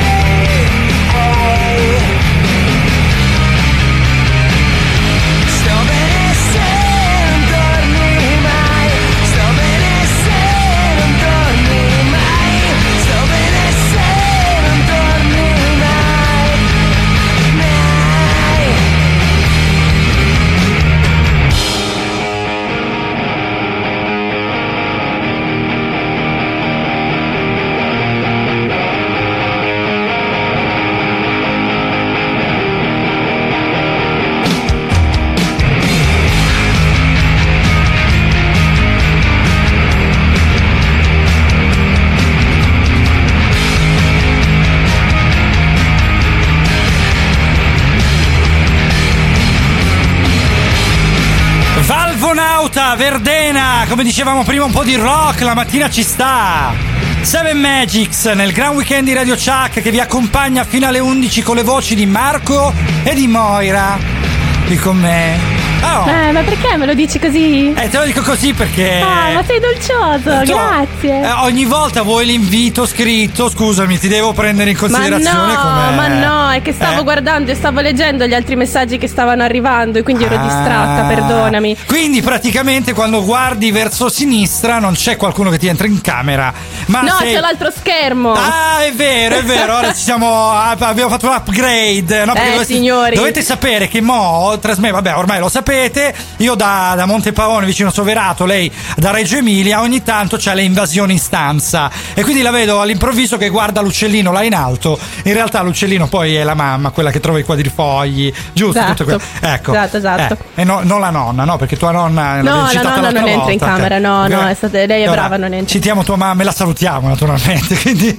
Sto bene se non torni mai, sto bene se non torni mai, sto bene se non torni mai, mai. Valvonauta, Verdena, come dicevamo prima, un po' di rock, la mattina ci sta. Seven Magics nel Gran Weekend di Radio Chuck che vi accompagna fino alle undici con le voci di Marco e di Moira. Qui con me. Oh. Eh, ma perché me lo dici così? Eh, te lo dico così perché. Ah, ma sei dolcioso, Tu- grazie. eh, ogni volta vuoi l'invito scritto, scusami, ti devo prendere in Ma considerazione no, come. ma no, è che stavo Eh. guardando e stavo leggendo gli altri messaggi che stavano arrivando e quindi ero Ah. distratta, perdonami. Quindi praticamente quando guardi verso sinistra non c'è qualcuno che ti entra in camera. Ma No, sei- c'è l'altro schermo. Ah, è vero, è vero. Ora ci siamo. Abbiamo fatto un upgrade. No? Perché Eh, dovete, signori. dovete sapere che mo trasme- vabbè, ormai lo sapete. Io da, da Montepavone, vicino a Soverato, lei da Reggio Emilia, ogni tanto c'è le invasioni in stanza. E quindi la vedo all'improvviso che guarda l'uccellino là in alto. In realtà l'uccellino poi è la mamma, quella che trova i quadrifogli. Giusto? Esatto. Tutto que- ecco. Esatto, esatto. Eh, e no, non la nonna, no? Perché tua nonna. No, l'abbiamo la citata nonna l'altra non entra in volta, ok. camera, no, no, è stata- lei è Allora, brava, non entra. Citiamo tua mamma e la salutiamo naturalmente. Quindi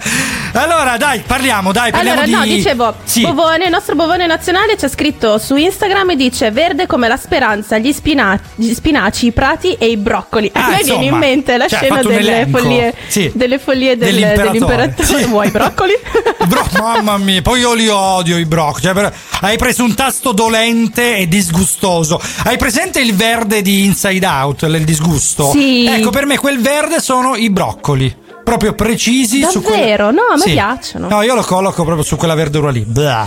allora dai, parliamo, dai, parliamo Allora, no, di dicevo, sì. Bovone, il nostro Bovone nazionale c'è scritto su Instagram e dice verde come la speranza, gli, spina- gli spinaci, i prati e i broccoli. Ah, A me viene in insomma, mente la cioè, ha scena fatto un delle elenco. follie, Sì. delle follie del- Dell'imperatore. dell'imperatore. Sì. Vuoi i broccoli? Bro, mamma mia, poi io li odio i broccoli. Cioè, per- hai preso un tasto dolente e disgustoso. Hai presente il verde di Inside Out, il disgusto? Sì. Ecco, per me quel verde sono i broccoli. proprio precisi. Davvero? Su quella... No, a me sì. piacciono. No, io lo colloco proprio su quella verdura lì. Blah.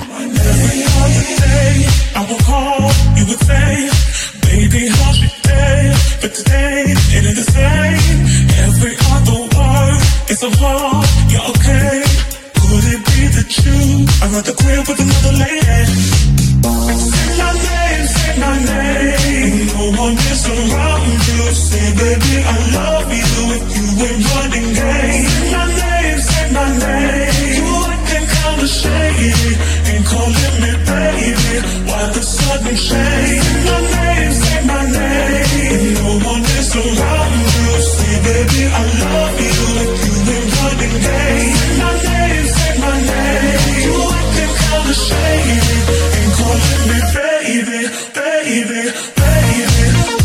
Baby, how's your day? But today, it ain't the same. Every other word is so hard, you're okay. Could it be that you are at the crib with another lady? Say my name, say my name. No one is around you. Say, baby, I love you if you ain't running game. Say my name, say my name. You acting kinda shady. Ain't calling me baby. Why the sudden change? Say my name, say my name. No one is around you. Say, baby, I love you if you ain't running game. Say my name, say my name. You acting kinda shady. Ain't calling me baby, baby, baby,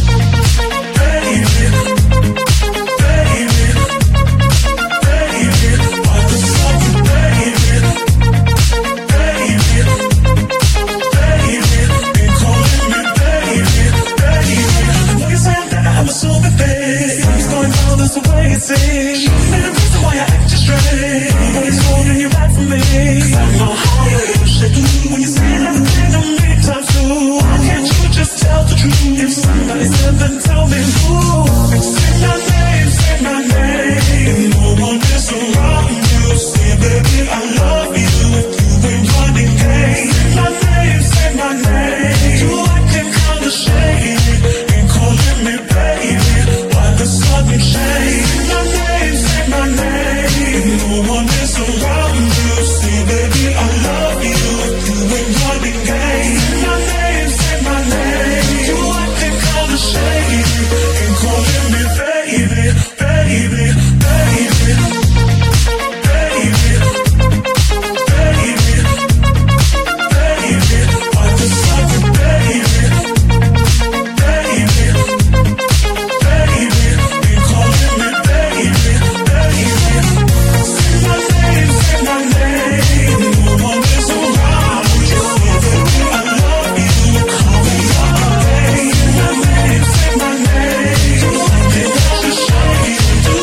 baby, baby, baby. Why the sudden baby, baby, baby. Ain't calling me baby, baby. I know you say I'm that I'm assuming things. It's going down, that's the way it seems. And the reason why I act just straight. Nobody's holding you back from me. 'Cause I know how you usually do when you say everything to me times two. Why can't you just tell the truth? If somebody said, then tell me who. Say my name, say my name. No one is around you. Say, baby, I love you if you ain't running game. Say my name, say my name. You acting kinda shady. Ain't calling me baby. Why the sudden change? Say my name, say my name. No one is around you. Say, baby, I love you if you ain't running game. Say my name, say my name. You acting kinda shady. Ain't calling me baby, baby, baby, baby, baby, baby. Why the sudden baby, baby, baby. Ain't calling me baby, baby. Say my name, say my name. No one is around you. Baby, I love you. Call me on my name. Say my name, say my name. You acting kinda shady.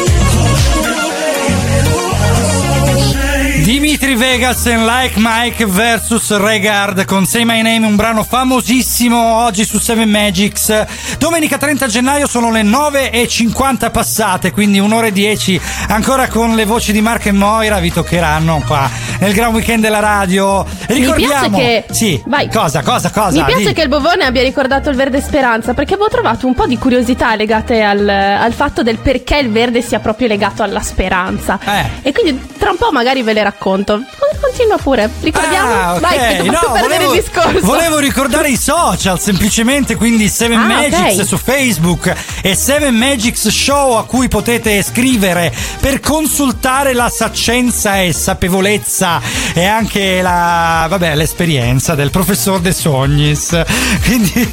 Dimitri Vegas e Like Mike versus Regard con Say My Name, un brano famosissimo oggi su Seven Magics. Domenica trenta gennaio sono le nove e cinquanta passate, quindi un'ora e dieci ancora con le voci di Marco e Moira vi toccheranno qua nel gran weekend della radio. Ricordiamo, Mi piace che... sì, Vai. cosa, cosa, cosa? Mi piace Di- che il Bovone abbia ricordato il verde speranza, perché avevo trovato un po' di curiosità legate al, al fatto del perché il verde sia proprio legato alla speranza. Eh. E quindi tra un po' magari ve le racconto. Continua pure. Ricordiamo? Ah, ok. Vai, ti ho fatto No, perdere volevo, il discorso. volevo ricordare i social, semplicemente, quindi Seven Ah, Magics ok. su Facebook e Seven Magics Show, a cui potete scrivere per consultare la saccenza e sapevolezza e anche la, vabbè, l'esperienza del professor De Sognis. Quindi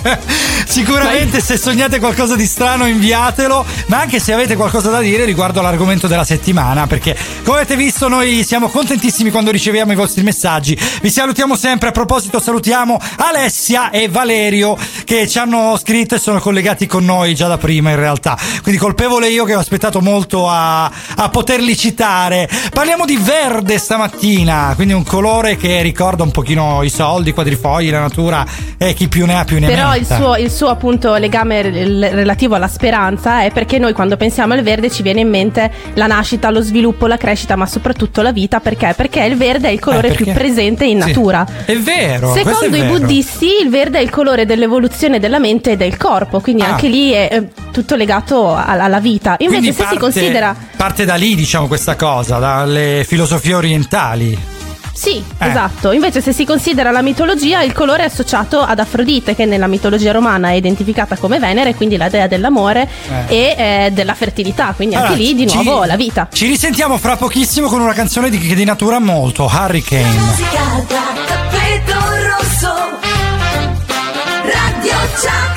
sicuramente se sognate qualcosa di strano inviatelo, ma anche se avete qualcosa da dire riguardo all'argomento della settimana, perché come avete visto noi siamo contentissimi quando riceviamo i vostri messaggi. Vi salutiamo sempre. A proposito, salutiamo Alessia e Valerio che ci hanno scritto e sono collegati con noi già da prima, in realtà, quindi colpevole io che ho aspettato molto a, a poterli citare. Parliamo di verde stamattina, quindi un colore che ricorda un pochino i soldi, i quadrifogli, la natura, e chi più ne ha più ne Però il metta. suo, il suo appunto legame rel- relativo alla speranza è perché noi quando pensiamo al verde ci viene in mente la nascita, lo sviluppo, la crescita, ma soprattutto la vita. Perché? Perché il verde è il colore Eh, perché? più presente in Sì. natura. È vero, questo è Secondo i vero. buddisti il verde è il colore dell'evoluzione della mente e del corpo, quindi Ah. anche lì è eh, tutto legato alla, alla vita. Invece Quindi se parte, si considera... parte da lì, diciamo, questa cosa, dalle filosofie orientali. Sì, Eh. esatto. Invece se si considera la mitologia, il colore è associato ad Afrodite, che nella mitologia romana è identificata come Venere, quindi la dea dell'amore Eh. e eh, della fertilità, quindi Allora, anche lì di ci- nuovo la vita. Ci risentiamo fra pochissimo con una canzone di, che di natura molto Hurricane. Musica da tappeto rosso. Radio Chuck.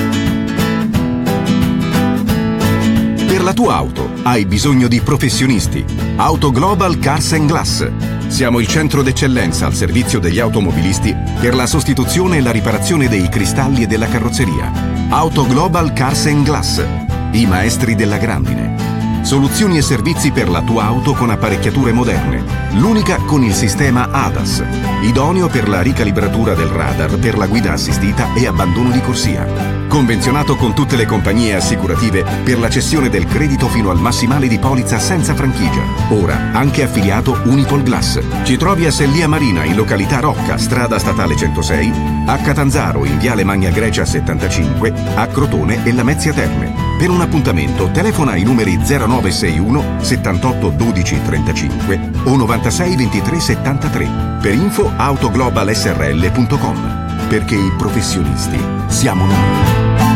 Per la tua auto hai bisogno di professionisti. Auto Global Cars and Glass. Siamo il centro d'eccellenza al servizio degli automobilisti per la sostituzione e la riparazione dei cristalli e della carrozzeria. Auto Global Cars and Glass. I maestri della grandine. Soluzioni e servizi per la tua auto con apparecchiature moderne. L'unica con il sistema A D A S, idoneo per la ricalibratura del radar per la guida assistita e abbandono di corsia. Convenzionato con tutte le compagnie assicurative per la cessione del credito fino al massimale di polizza senza franchigia. Ora anche affiliato Unipol Glass. Ci trovi a Sellia Marina in località Rocca, strada statale centosei, a Catanzaro in viale Magna Grecia settantacinque, a Crotone e Lamezia Terme. Per un appuntamento telefona ai numeri zero nove sei uno settantotto dodici trentacinque o novantasei ventitré settantatré. Per info autoglobal s r l punto com. Perché i professionisti siamo noi.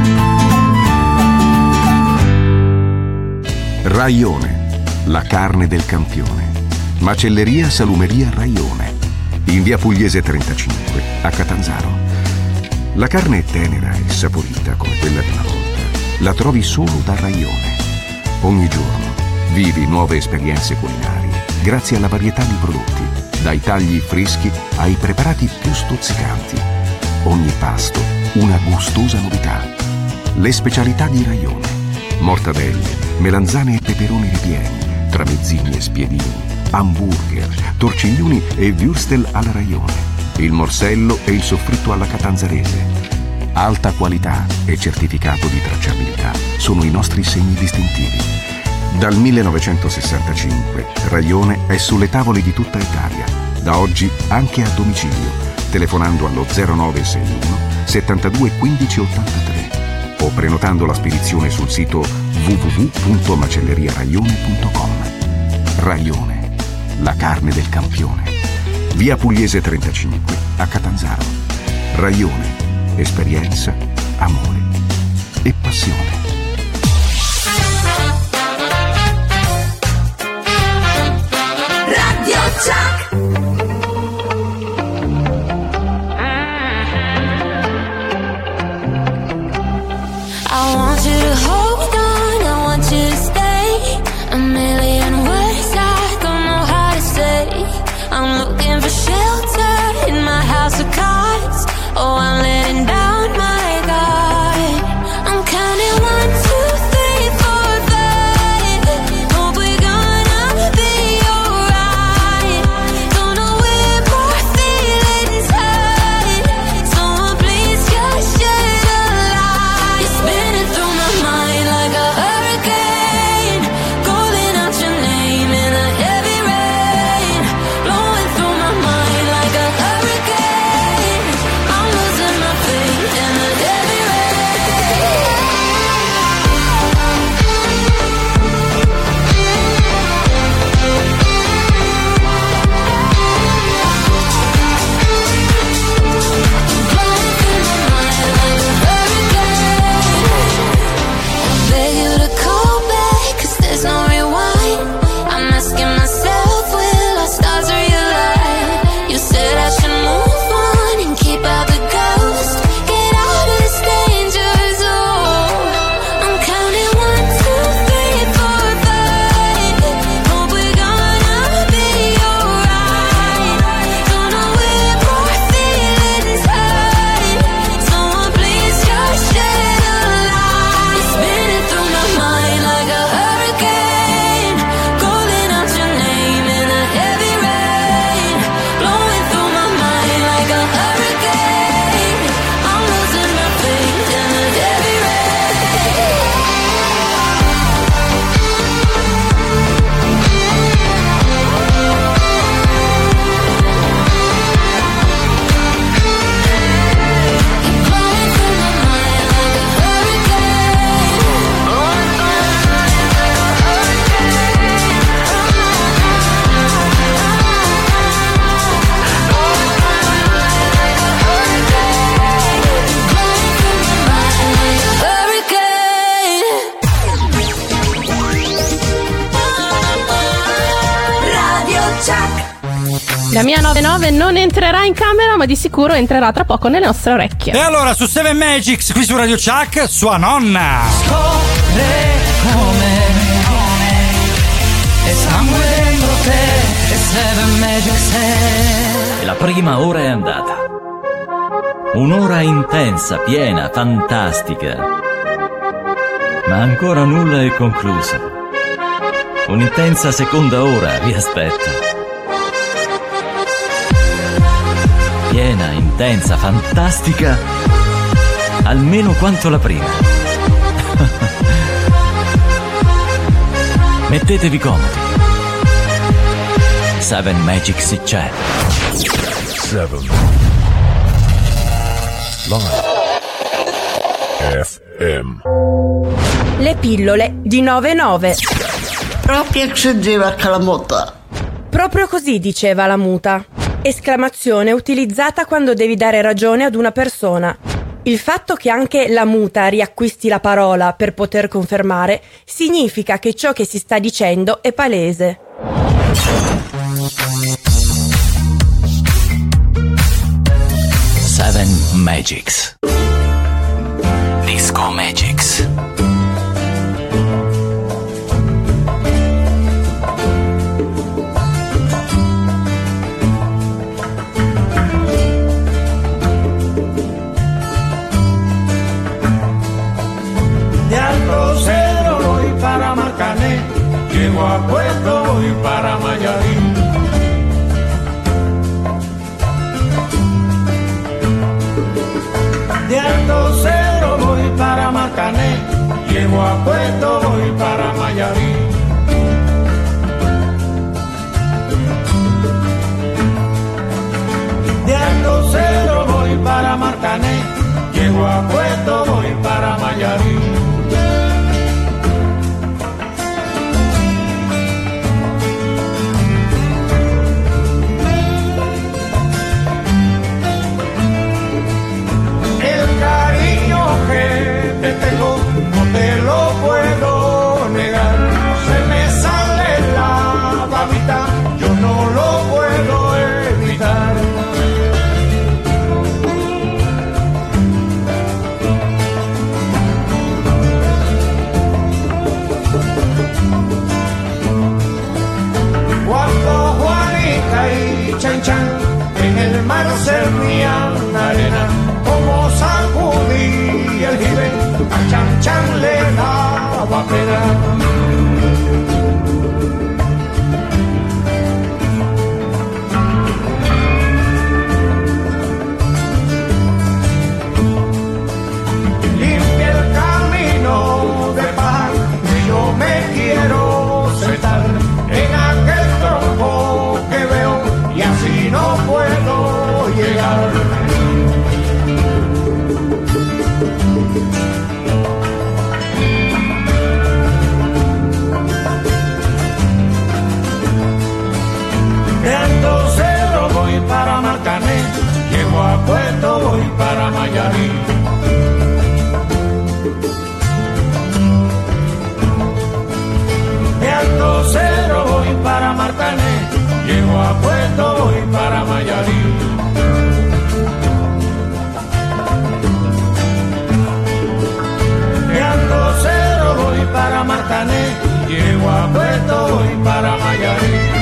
Raione, la carne del campione. Macelleria Salumeria Raione, in via Pugliese trentacinque, a Catanzaro. La carne è tenera e saporita come quella di una volta. La trovi solo da Raione. Ogni giorno vivi nuove esperienze culinarie grazie alla varietà di prodotti, dai tagli freschi ai preparati più stuzzicanti. Ogni pasto una gustosa novità. Le specialità di Raione: mortadelle, melanzane e peperoni ripieni, tramezzini e spiedini, hamburger, torciglioni e würstel alla Raione, il morsello e il soffritto alla catanzarese. Alta qualità e certificato di tracciabilità sono i nostri segni distintivi. Dal millenovecentosessantacinque Raione è sulle tavole di tutta Italia, da oggi anche a domicilio, telefonando allo zero nove sei uno settantadue quindici ottantatré o prenotando la spedizione sul sito w w w punto macelleriaraione punto com. Raione, la carne del campione. Via Pugliese trentacinque, a Catanzaro. Raione, esperienza, amore e passione. Radio Chuck. I want you to hold on, I want you to stay. A million words I don't know how to say. I'm looking for shelter in my house of cards. Oh, I'm letting down my guard. I'm counting one, two, three, four, five. Hope we're gonna be alright. Don't know where more feelings hide. Someone please just shed a light. You're spinning through my mind like a hurricane, calling out your name in a heavy rain, blowing through my mind like a hurricane. I'm losing my faith in the heavy beg you to call back, 'cause there's no rewind. I'm asking myself, will our stars realign? You said I should move on and keep out the ghost. Get out of this danger zone. I'm counting one, two, three, four, five. Hope we're gonna be alright. Don't know where more feelings hide. Someone please just shed a light. Spinning through my mind like a hurricane, calling out your name in a heavy rain, blowing through my mind like a hurricane. I'm losing my faith in the heavy Radio Chuck. La mia nove nove non entrerà in camera, ma di sicuro entrerà tra poco nelle nostre orecchie. E allora su Seven Magics qui su Radio Chuck, sua nonna. Scopre come e sangue dentro te e Seven Magic sei. E la prima ora è andata. Un'ora intensa, piena, fantastica. Ma ancora nulla è concluso. Un'intensa seconda ora vi aspetta. Piena, intensa, fantastica, almeno quanto la prima. Mettetevi comodi. Seven Magics c'è. Seven Live F M. Le pillole di nove nove. Proprio accendeva calamotta. Proprio così diceva la muta. Esclamazione utilizzata quando devi dare ragione ad una persona. Il fatto che anche la muta riacquisti la parola per poter confermare significa che ciò che si sta dicendo è palese. Seven Magics. Disco Magics. De Alto Cedro voy para Marcané, llego a Puerto voy para Mayarín. De Alto Cedro voy para Marcané, llego a Puerto voy para Mayarín. De Alto Cedro voy para Marcané, llego a Puerto voy para Mayarín. Que te tengo, no te lo puedo negar. Se me sale la babita, yo no lo puedo evitar. Cuando Juanita y Chan Chan en el mar servían arena, como sacudí el jibe, a Chan Chan le daba pena. Limpia el camino de paz, que yo me quiero sentar en aquel tronco que veo y así no puedo llegar. De Alto Cedro voy para Marcané, llego a Puerto voy para Mayarín. De Alto Cedro voy para Marcané, llego a Puerto voy para Mayarín. De Alto Cedro voy para Marcané, llego a Puerto voy para Mayarín.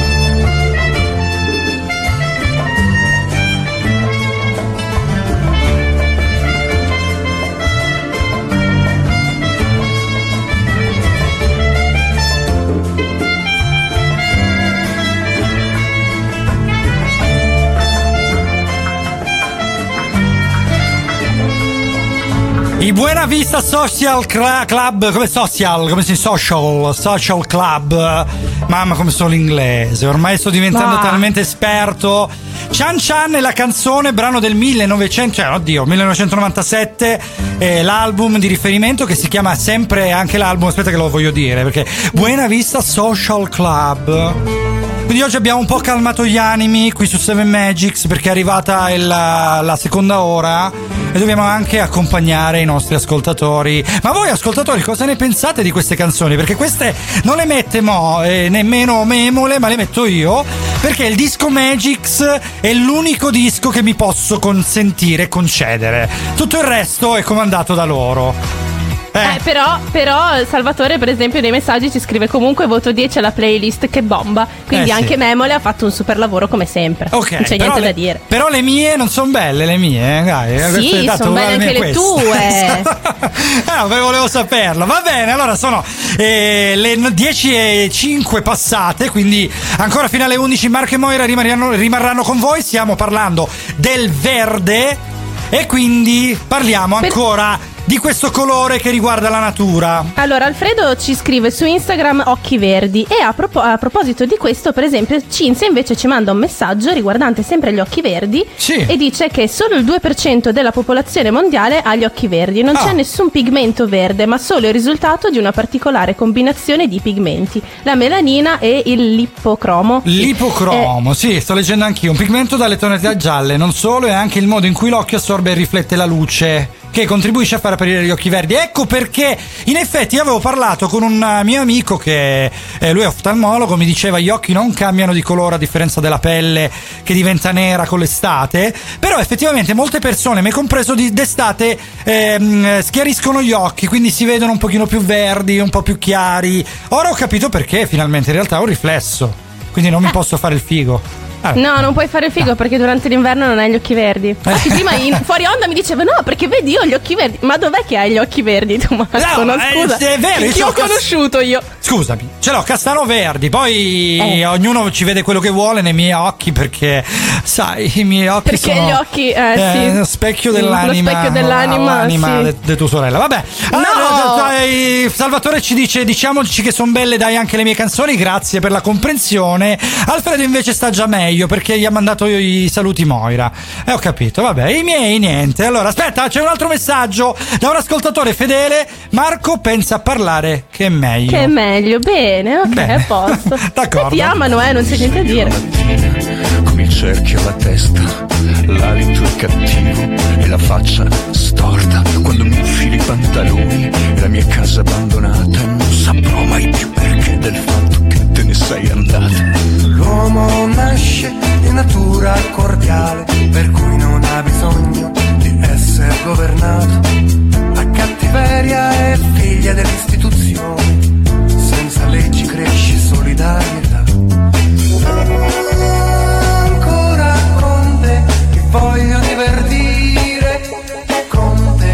I Buena Vista Social Club, come social, come si social, social club, mamma come sono l'inglese, ormai sto diventando ah. talmente esperto. Chan Chan è la canzone, brano del millenovecento, cioè oddio, millenovecentonovantasette, è l'album di riferimento che si chiama sempre anche l'album, aspetta che lo voglio dire, perché Buena Vista Social Club. Quindi oggi abbiamo un po' calmato gli animi qui su Seven Magics perché è arrivata il, la seconda ora e dobbiamo anche accompagnare i nostri ascoltatori. Ma voi ascoltatori cosa ne pensate di queste canzoni? Perché queste non le mette Mo, eh, nemmeno Memole, ma le metto io, perché il Disco Magics è l'unico disco che mi posso consentire, concedere. Tutto il resto è comandato da loro. Eh, però, però Salvatore per esempio nei messaggi ci scrive comunque voto dieci alla playlist, che bomba. Quindi Eh, sì. anche Memole ha fatto un super lavoro come sempre. Ok, non c'è però niente le, da dire. Però le mie non sono belle, le mie, eh, dai. questo è Sì, dato sono belle uguale anche a le questo. tue. Eh, beh, volevo saperlo. Va bene, allora sono eh, le dieci e cinque passate, quindi ancora fino alle undici Marco e Moira rimarranno, rimarranno con voi. Stiamo parlando del verde e quindi parliamo ancora di questo colore che riguarda la natura. Allora Alfredo ci scrive su Instagram occhi verdi e a, propo- a proposito di questo per esempio Cinzia invece ci manda un messaggio riguardante sempre gli occhi verdi e dice che solo il due per cento della popolazione mondiale ha gli occhi verdi, non Ah. c'è nessun pigmento verde ma solo il risultato di una particolare combinazione di pigmenti, la melanina e il lipocromo. L'ipocromo, sì, sto leggendo anch'io. Un pigmento dalle tonalità gialle, non solo, è anche il modo in cui l'occhio assorbe e riflette la luce, che contribuisce a far aprire gli occhi verdi. Ecco perché in effetti io avevo parlato con un mio amico che eh, lui è oftalmologo, mi diceva gli occhi non cambiano di colore a differenza della pelle che diventa nera con l'estate, però effettivamente molte persone, me compreso di, d'estate, ehm, schiariscono gli occhi, quindi si vedono un pochino più verdi, un po' più chiari. Ora ho capito perché finalmente in realtà è un riflesso, quindi non mi posso fare il figo. Ah. No, non puoi fare il figo perché durante l'inverno non hai gli occhi verdi. Infatti prima in, fuori onda mi diceva no perché vedi io ho gli occhi verdi. Ma dov'è che hai gli occhi verdi tu Marco? No, No, scusa, è, è vero, io ti ce ho l'ho cas- conosciuto io. Scusami, ce l'ho castano verdi, poi Eh. ognuno ci vede quello che vuole nei miei occhi perché sai, i miei occhi Perché sono gli occhi, eh, sì. lo specchio Lo dell'anima, specchio dell'anima, l'anima sì. di tua sorella. Vabbè. Allora, dai, Salvatore ci dice diciamoci che sono belle dai anche le mie canzoni, grazie per la comprensione. Alfredo invece sta già meglio perché gli ha mandato io i saluti Moira. E eh, ho capito, vabbè, i miei niente. Allora, aspetta, c'è un altro messaggio da un ascoltatore fedele. Marco pensa a parlare che è meglio. Che è meglio, bene, ok, Bene. a posto. D'accordo. Ti amano, eh, non c'è niente a dire. Con il cerchio alla testa, l'alito è cattivo e la faccia storta. Quando mi infili i pantaloni e la mia casa abbandonata, non saprò mai più perché del fatto che te ne sei andata. L'uomo nasce di natura cordiale, per cui non ha bisogno di essere governato. La cattiveria è figlia delle istituzioni, senza leggi cresce solidarietà. Ancora con te ti voglio divertire, con te.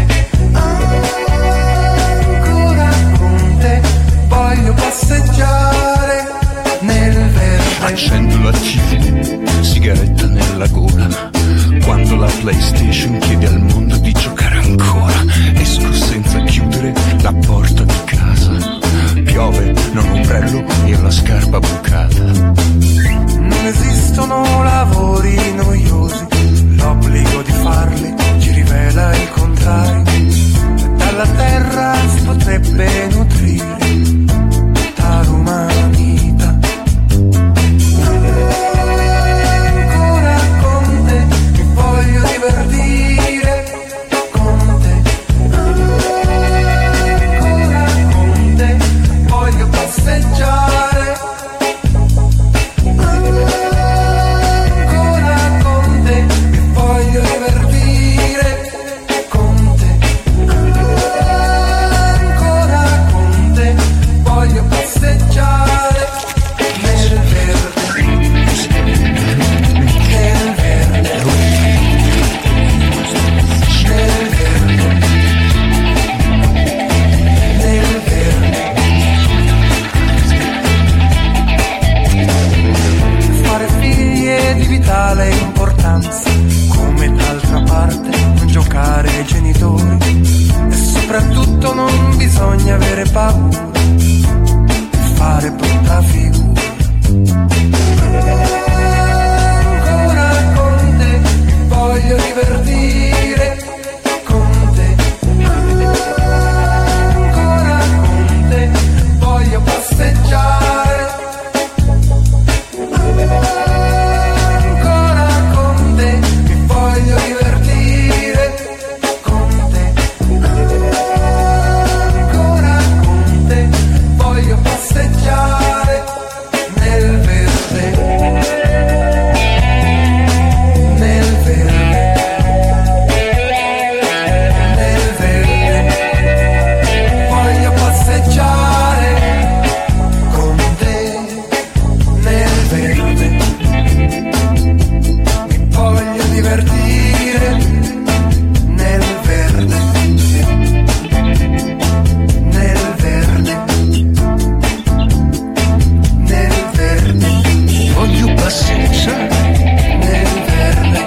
Ancora con te voglio passeggiare nel verde. Accendo la tivù, sigaretta nella gola. Quando la PlayStation chiede al mondo di giocare ancora, esco senza chiudere la porta di casa. Piove, non ombrello e ho la scarpa bucata. Non esistono lavori noiosi, l'obbligo di farli ci rivela il contrario. Dalla terra si potrebbe nutrire tutta l'umanità. Ancora con te mi voglio divertire, con te. Ancora con te voglio passeggiare. Ancora con te mi voglio divertire, con te. Ancora con te voglio passeggiare nel verde, nel verde, nel verde, nel verde. Fare figli è di vitale importanza, come d'altra parte non giocare ai genitori, e soprattutto non bisogna avere paura di fare brutta figura. Ancora con te mi voglio divertire, con te. Ancora con te voglio passeggiare. Ancora con te mi voglio divertire, con te. Ancora con te voglio passeggiare nel verde, nel verde, morire nel verde, nel verde, nel verde. Voglio passeggiare nel verde,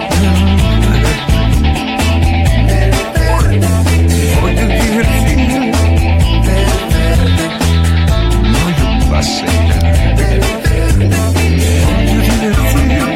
nel verde. Voglio dirti nel verde, voglio passeggiare nel verde, voglio dirti.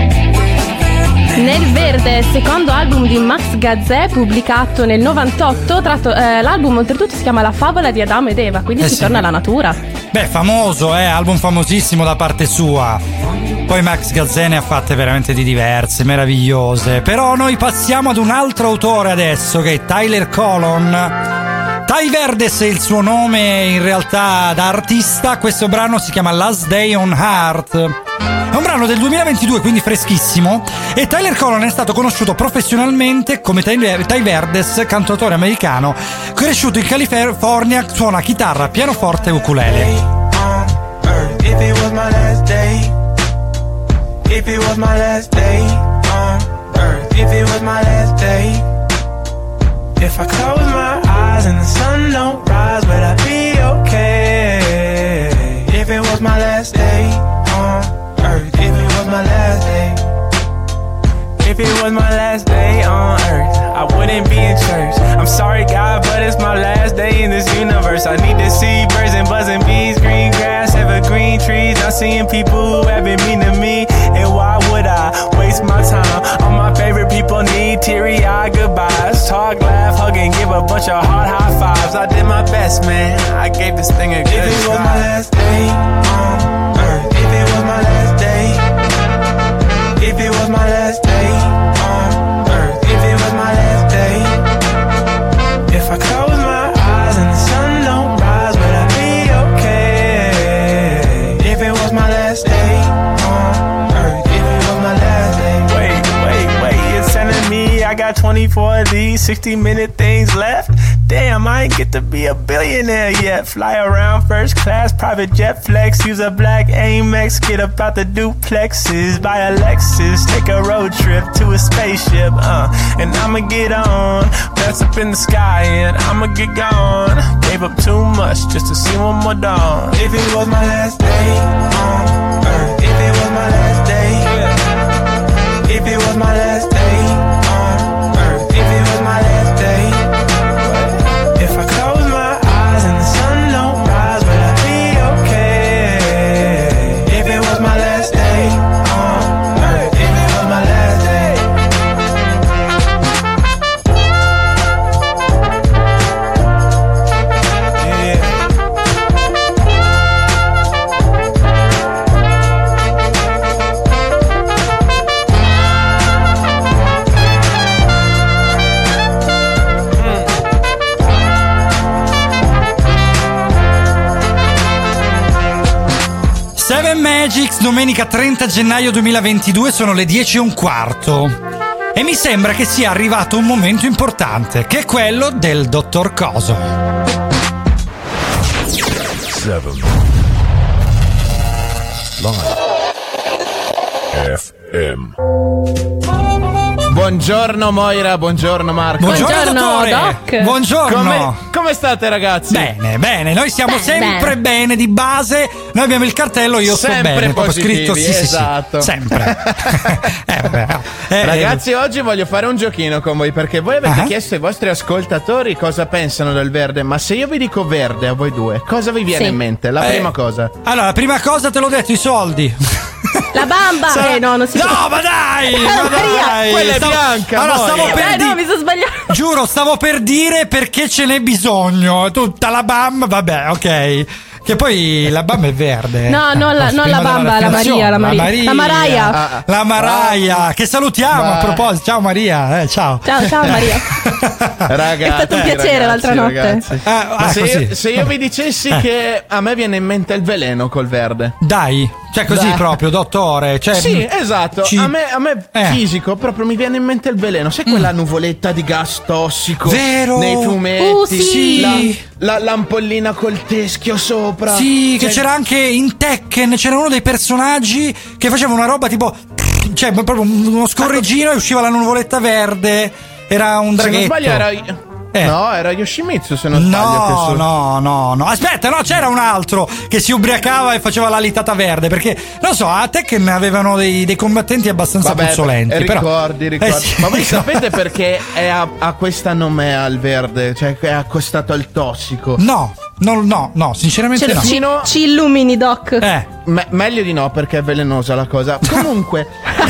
Nel verde, secondo album di Max Gazzè, pubblicato nel novantotto. Tratto, eh, l'album oltretutto si chiama La favola di Adamo ed Eva, quindi Eh si sì. torna alla natura. Beh, famoso, eh, album famosissimo da parte sua. Poi Max Gazzè ne ha fatte veramente di diverse, meravigliose. Però noi passiamo ad un altro autore adesso, che è Tyler Colon. Ty Verdes è il suo nome in realtà da artista. Questo brano si chiama Last Day on Earth. È un brano del duemilaventidue, quindi freschissimo. E Tyler Colon è stato conosciuto professionalmente come Ty Ty Verdes, cantautore americano cresciuto in California, suona chitarra, pianoforte e ukulele. If it was my last day, if it was my last day on earth, if it was my last day, if I close my eyes and the sun don't rise, would I be okay? If it was my last day on earth, if it was my last day, if it was my last day on earth, I wouldn't be in church. I'm sorry God, but it's my last day in this universe. I need to see birds and buzzing bees, green grass, evergreen trees. I'm seeing people who have been mean to me, and why would I waste my time? All my favorite people need teary-eyed goodbyes. Talk, laugh, hug, and give a bunch of hard high fives. I did my best, man. I gave this thing a good shot. If it was my last day on earth, if it was my last day, if it was my last day on earth, if it was my last day, if I close my eyes and the sun don't rise, would I be okay? If it was my last day on earth, if it was my last day. Wait, wait, wait, you're telling me I got twenty-four of these sixty minute things left? Damn, I ain't get to be a billionaire yet. Fly around first class, private jet flex. Use a black Amex, get up out the duplexes. Buy a Lexus, take a road trip to a spaceship. Uh, and I'ma get on, bounce up in the sky and I'ma get gone. Gave up too much just to see one more dawn. If it was my last day on earth, if it was my last day, if it was my last day on earth, if it was my last day, if I close my eyes and the sun don't rise, would I be okay? If it was my last day on earth, if it was my last day. Yeah. Seven Magics, domenica trenta gennaio duemilaventidue, sono le dieci e un quarto. E mi sembra che sia arrivato un momento importante, che è quello del dottor Coso. Seven. Live. F M. Buongiorno Moira, buongiorno Marco. Buongiorno, dottore. Doc. Buongiorno. Come, come state ragazzi? Bene, bene, noi siamo Bene, sempre bene. bene di base. Noi abbiamo il cartello, io sto Sempre bene, proprio positivi, scritto sì, sì, esatto. sì, sempre. eh, vabbè, eh, Ragazzi, oggi voglio fare un giochino con voi perché voi avete Ah. chiesto ai vostri ascoltatori cosa pensano del verde, ma se io vi dico verde a voi due, cosa vi viene Sì. in mente? La Eh, prima cosa. Allora, la prima cosa te l'ho detto, i soldi. La bamba! Sarà- Eh, no, non si No, ma dai! Ma Maria, dai! quella è Stavo- bianca, Allora, Moira. stavo per Eh, di- no, mi sono sbagliato. Giuro, stavo per dire perché ce n'è bisogno. Tutta la bamba, vabbè, ok. Che poi la bamba è verde. No, non la- non Prima la della bamba, la raffinazione. Maria, la Maria. La Maraia. Ah, La Maraia, che salutiamo Ma- a proposito. Ciao Maria, eh, ciao. Ciao, ciao Maria. Ragazzi, È stato un piacere ragazzi, l'altra notte. ragazzi. Ah, Ma ah, se, così. io, se io vi dicessi Eh. che a me viene in mente il veleno col verde. Dai, cioè così Dai. proprio, dottore. Cioè, Sì, esatto. ci- A me, a me Eh. Mm. fisico proprio mi viene in mente il veleno. Sai quella nuvoletta di gas tossico? Vero. Nei fumetti. Uh, sì. La, la- l'ampollina col teschio sopra. Sì, che Cioè, c'era anche in Tekken, c'era uno dei personaggi che faceva una roba tipo cioè proprio uno scorreggino e usciva la nuvoletta verde. Era un Se non draghetto. sbaglio era... Eh. No, era Yoshimitsu se non sbaglio. No, questo- no, no, no. Aspetta, no, c'era un altro che si ubriacava e faceva la litata verde. Perché, non so, a Tekken avevano dei, dei combattenti abbastanza Vabbè, puzzolenti. eh, però... ricordi, ricordi. Eh, sì, Ma voi ricordi. sapete perché è a, a questa nomea al verde? Cioè, è accostato al tossico? No, no, no, no, sinceramente Ce- no. ci, ci illumini, Doc. Eh. Me- meglio di no, perché è velenosa la cosa. Comunque,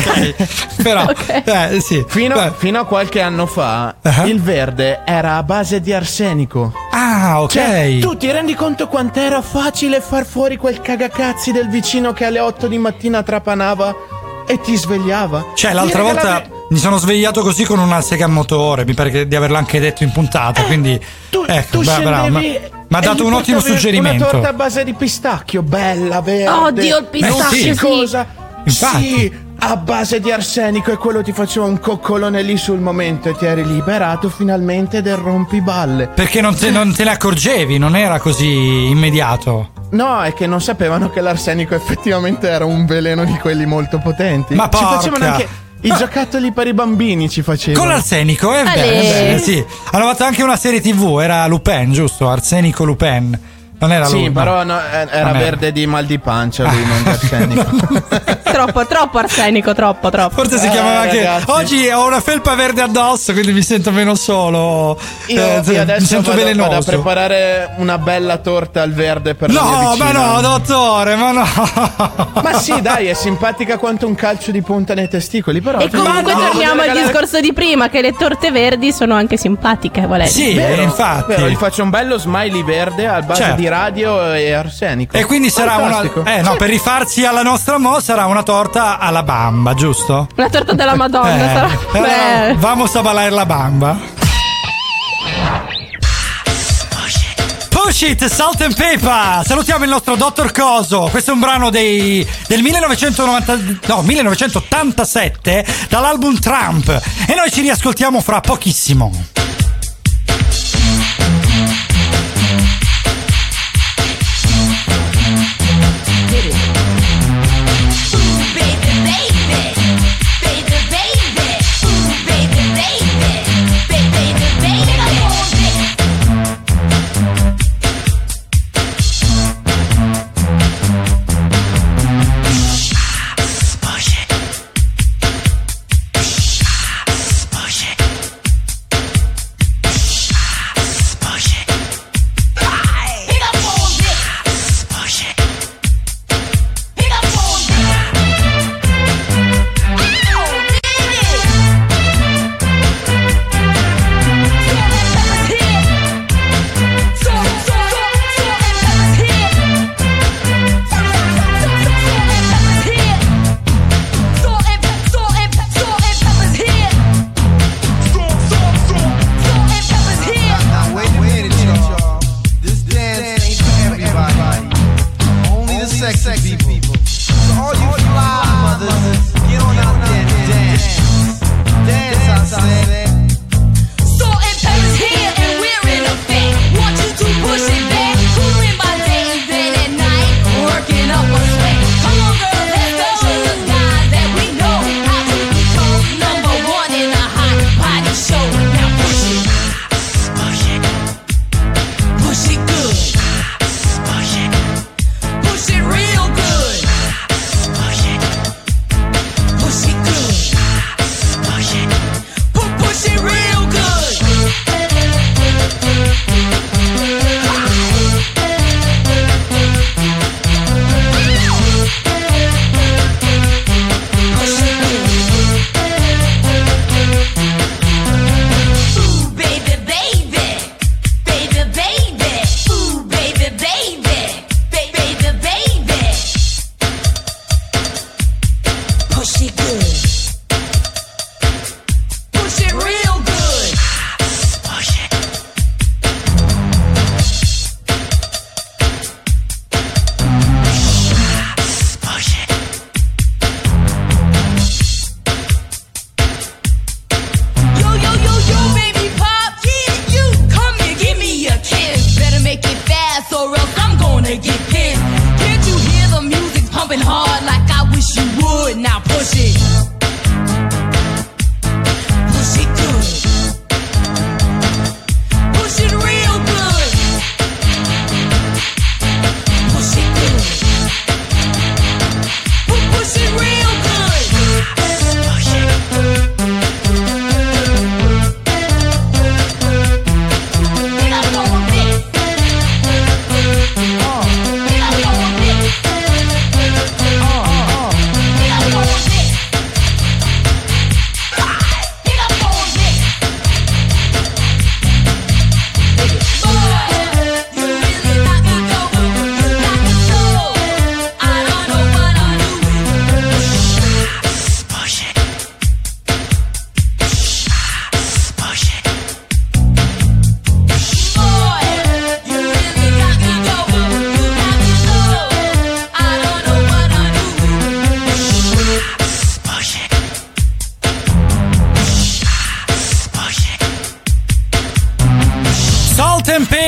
però, eh, sì. fino, fino a qualche anno fa, Uh-huh. il verde era a base di arsenico. Ah, ok. Cioè, tu ti rendi conto quant'era facile far fuori quel cagacazzi del vicino che alle otto di mattina trapanava e ti svegliava? Cioè, l'altra Dire che volta la- mi sono svegliato così con una sega a motore. Mi pare che- di averlo anche detto in puntata. Quindi, Tu, ecco, tu bra- bravo, ma- scendevi mi ha e dato gli un ottimo portavi suggerimento. Una torta a base di pistacchio, bella, verde. Oddio, il pistacchio, Eh, sì. sì. Cosa? Infatti. Sì, a base di arsenico, e quello ti faceva un coccolone lì sul momento e ti eri liberato finalmente del rompiballe. Perché non te, non te ne accorgevi, non era così immediato. No, è che non sapevano che l'arsenico effettivamente era un veleno di quelli molto potenti. Ma ci porca. facevano anche i Ma- giocattoli per i bambini, ci facevano. Con l'arsenico, è Ale. bene, è bene, sì. Hanno fatto anche una serie tivù, era Lupin, giusto? Arsenico Lupin. Non era Sì, lui. però no, eh, era Non era. verde di mal di pancia lui, non di arsenico. Troppo, troppo arsenico, troppo, troppo. Forse si Eh, chiamava anche. ragazzi. Oggi ho una felpa verde addosso, quindi mi sento meno solo. Io, eh, io mi adesso sento vado, vado velenoso. a preparare una bella torta al verde per la mia No, vicina. ma no, dottore, ma no. Ma sì, dai, è simpatica quanto un calcio di punta nei testicoli, però. E comunque Ma no, torniamo al regalare- discorso di prima, che le torte verdi sono anche simpatiche, volete. Sì, Vero, infatti. vero, gli faccio un bello smiley verde al base Certo. di radio e arsenico. E quindi sarà Fantastico. una. Eh, no, Sì. per rifarsi alla nostra mo sarà una torta alla bamba, giusto? Una torta della Madonna Eh, sarà. eh, Beh. vamos a ballare la bamba. Push it, Salt and Pepper. Salutiamo il nostro dottor Coso. Questo è un brano dei, del millenovecentonovanta, no, millenovecentottantasette dall'album Trump. E noi ci riascoltiamo fra pochissimo.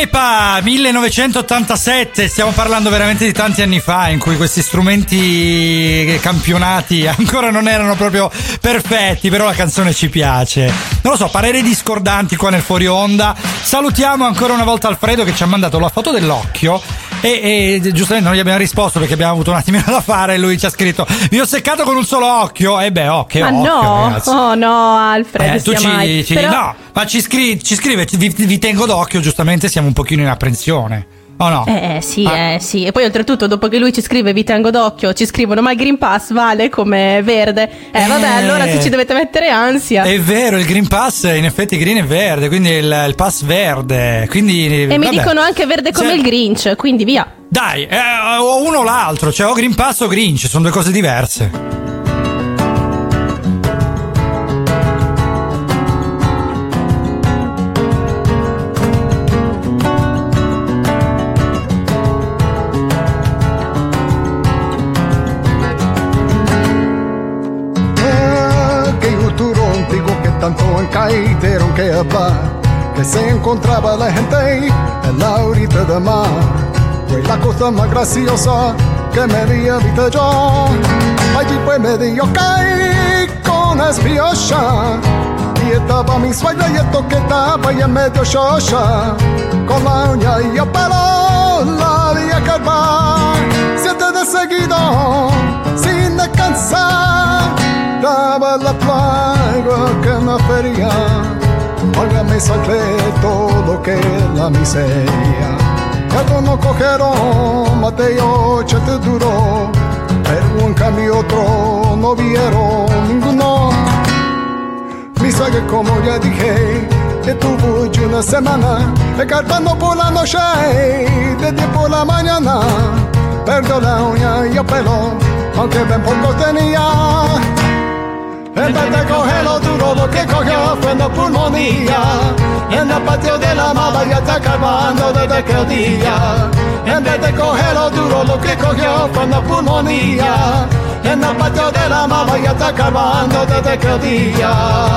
Epa, millenovecentottantasette, stiamo parlando veramente di tanti anni fa in cui questi strumenti campionati ancora non erano proprio perfetti, però la canzone ci piace. Non lo so, pareri discordanti qua nel fuori onda. Salutiamo ancora una volta Alfredo che ci ha mandato la foto dell'occhio e, e giustamente non gli abbiamo risposto perché abbiamo avuto un attimino da fare e lui ci ha scritto: vi ho seccato con un solo occhio. E beh, oh, che ma occhio, no, ragazzi. oh no, Alfredo, Eh, tu ci, mai. ci Però... no, ma ci, scri- ci scrive, vi, vi tengo d'occhio, giustamente siamo un pochino in apprensione. Oh no? Eh sì, Ah. eh sì. E poi oltretutto dopo che lui ci scrive vi tengo d'occhio, ci scrivono ma il Green Pass vale come verde. Eh vabbè, Eh. allora tu ci dovete mettere ansia. È vero, il Green Pass in effetti green è verde, quindi il, il pass verde. Quindi, E mi vabbè. dicono anche verde come Cioè- il Grinch, quindi via. Dai, eh, o uno o l'altro, cioè o Green Pass o Grinch, sono due cose diverse. Che futuro antiguo que tanto encaíteron que hablar, que se encontraba la gente en la orilla del mar. Fue la cosa más graciosa que me había visto yo. Allí fue medio caí con espiosa y estaba mi suegra y esto que estaba ya medio xoxa. Con la uña y el pelo la había calvar. Siete de seguido sin descansar. Daba la plaga que me feria. Óigame sangre todo que la miseria. Cuando no cogieron, Mateo te duró, pero en cambio otro no vieron ninguno. Mi suegra, como ya dije, estuvo yo una semana escarpando por la noche, de día por la mañana. Perdió la uña y el pelo, aunque bien poco tenía. En vez de cogerlo duro, lo que cogió fue una pulmonía. En el patio de la mala ya está acabando desde aquel día. En vez de cogerlo duro, lo que cogió fue una pulmonía. En el patio de la mala ya está acabando desde aquel día.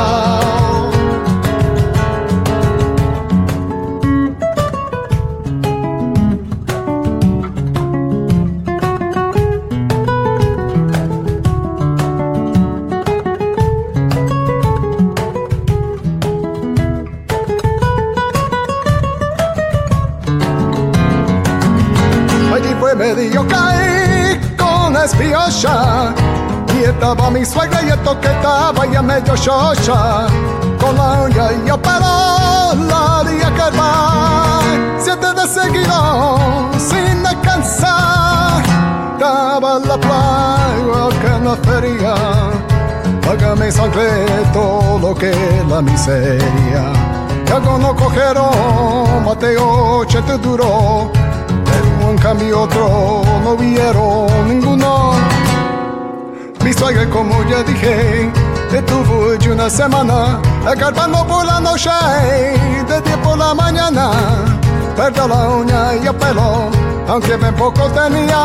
Allí fue medio caí con espiosa y estaba mi suegra y esto que estaba ya medio xoxa. Con la uña y el pelo la había calvar. Siete de seguido sin descansar. Daba la plaga que me feria. Págame sangre todo lo que la miseria. Y algo no cogieron, Mateo te duró. Pero en cambio otro no vieron ninguno. Mi suegra, como ya dije, estuvo yo una semana escarpando por la noche, de día por la mañana. Perdió la uña y el pelo, aunque bien poco tenía.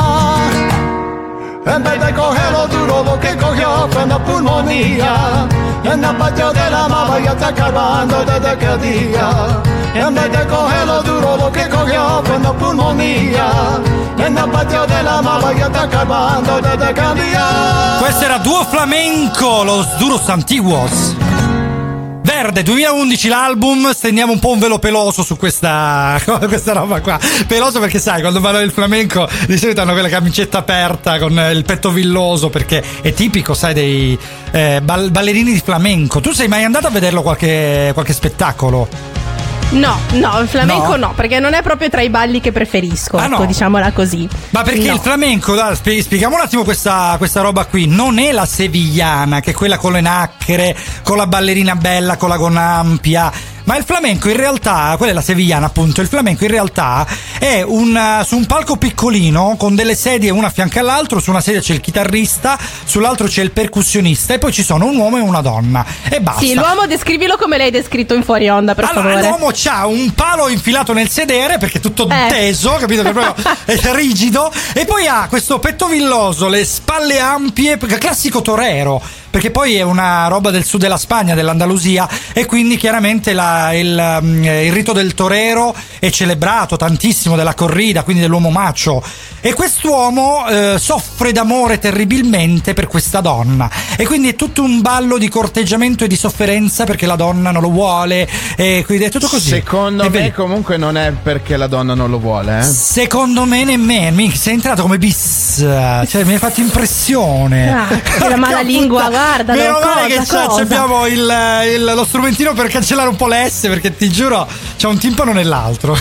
En vez de cogerlo duro, lo que cogió fue una pulmonía. En el patio de la mala ya está acabando desde aquel día. En vez de cogerlo duro, lo que cogió fue una pulmonía. En el patio de la mala ya está acabando desde aquel día. Questo era Duo Flamenco, Los Duros Antiguos. Verde, duemilaundici l'album, stendiamo un po' un velo peloso su questa, questa roba qua. Peloso perché sai, quando vanno del flamenco di solito hanno quella camicetta aperta con il petto villoso, perché è tipico, sai, dei eh, ball- ballerini di flamenco. Tu sei mai andato a vederlo qualche, qualche spettacolo? No, no, il flamenco No? no, perché non è proprio tra i balli che preferisco, Ah, ecco, no? diciamola così. Ma perché No. il flamenco, dai, spie- spieghiamo un attimo questa, questa roba qui, non è la sevillana, che è quella con le nacchere, con la ballerina bella, con la gonna ampia. Ma il flamenco in realtà, quella è la sevillana appunto, il flamenco in realtà è un, su un palco piccolino con delle sedie una a fianco all'altro, su una sedia c'è il chitarrista, sull'altro c'è il percussionista e poi ci sono un uomo e una donna e basta. Sì, l'uomo descrivilo come l'hai descritto in fuori onda, per Allora, favore. l'uomo c'ha un palo infilato nel sedere perché è tutto Eh. teso, capito? Che proprio è rigido. E poi ha questo petto villoso, le spalle ampie, classico torero. perché poi è una roba del sud della Spagna, dell'Andalusia, e quindi chiaramente la, il, il rito del torero è celebrato tantissimo, della corrida, quindi dell'uomo macho, e quest'uomo eh, soffre d'amore terribilmente per questa donna, e quindi è tutto un ballo di corteggiamento e di sofferenza perché la donna non lo vuole, e quindi è tutto così. Secondo E me vedi- comunque non è perché la donna non lo vuole, eh. Secondo me nemmeno, minchia, sei entrato come bis, cioè mi hai fatto impressione. Ah, la mala lingua, guarda, Meno cosa, male che c'è- cosa? abbiamo il, il- lo strumentino per cancellare un po' le S, perché ti giuro c'è un timpano nell'altro.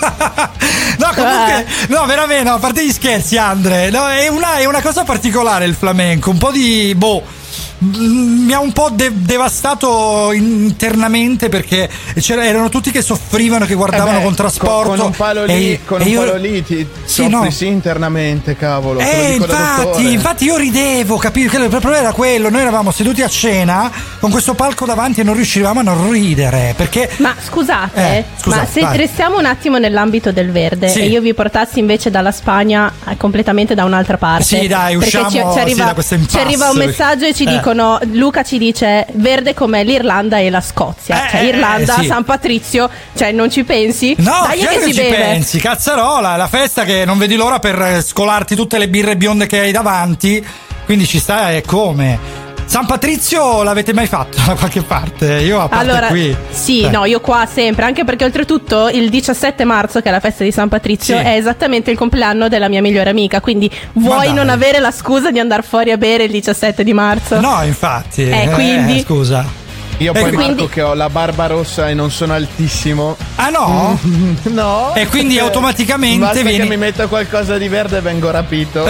No, comunque, no, veramente, no, a parte gli scherzi, Andre, no, è, una, è una cosa particolare il flamenco, un po' di boh. mm, Mi ha un po' de- devastato internamente, perché c'era- erano tutti che soffrivano, che guardavano Eh beh, con trasporto. Con, con un palo lì, e- con e un io- palo lì ti Sì, soffri no. sì internamente, cavolo. te lo Eh, dico da infatti, dottore. infatti io ridevo, capito? Il problema era quello. Noi eravamo seduti a cena con questo palco davanti e non riuscivamo a non ridere, perché Ma scusate, Eh, scusa, ma se vai. restiamo un attimo nell'ambito del verde Sì. e io vi portassi invece dalla Spagna eh, completamente da un'altra parte. Sì, dai, perché usciamo, ci, ci sì, arriva, da questo ci impasse. arriva un messaggio e ci Eh. dicono, Luca ci dice verde come l'Irlanda e la Scozia. Eh, cioè Irlanda, sì. San Patrizio, cioè non ci pensi? no, Dai chiaro che si ci beve. pensi, cazzarola, è la festa che non vedi l'ora per eh, scolarti tutte le birre bionde che hai davanti, quindi ci sta, è come. San Patrizio l'avete mai fatto da qualche parte? Io a parte Allora, qui. sì, Eh. no, io qua sempre, anche perché oltretutto il diciassette marzo, che è la festa di San Patrizio, Sì. è esattamente il compleanno della mia migliore amica, quindi vuoi dai. non avere la scusa di andare fuori a bere il diciassette di marzo? No, infatti. Eh, quindi? Scusa. Io E poi Marco quindi- che ho la barba rossa e non sono altissimo. Ah no? No. E quindi perché automaticamente basta vieni- che mi metto qualcosa di verde e vengo rapito.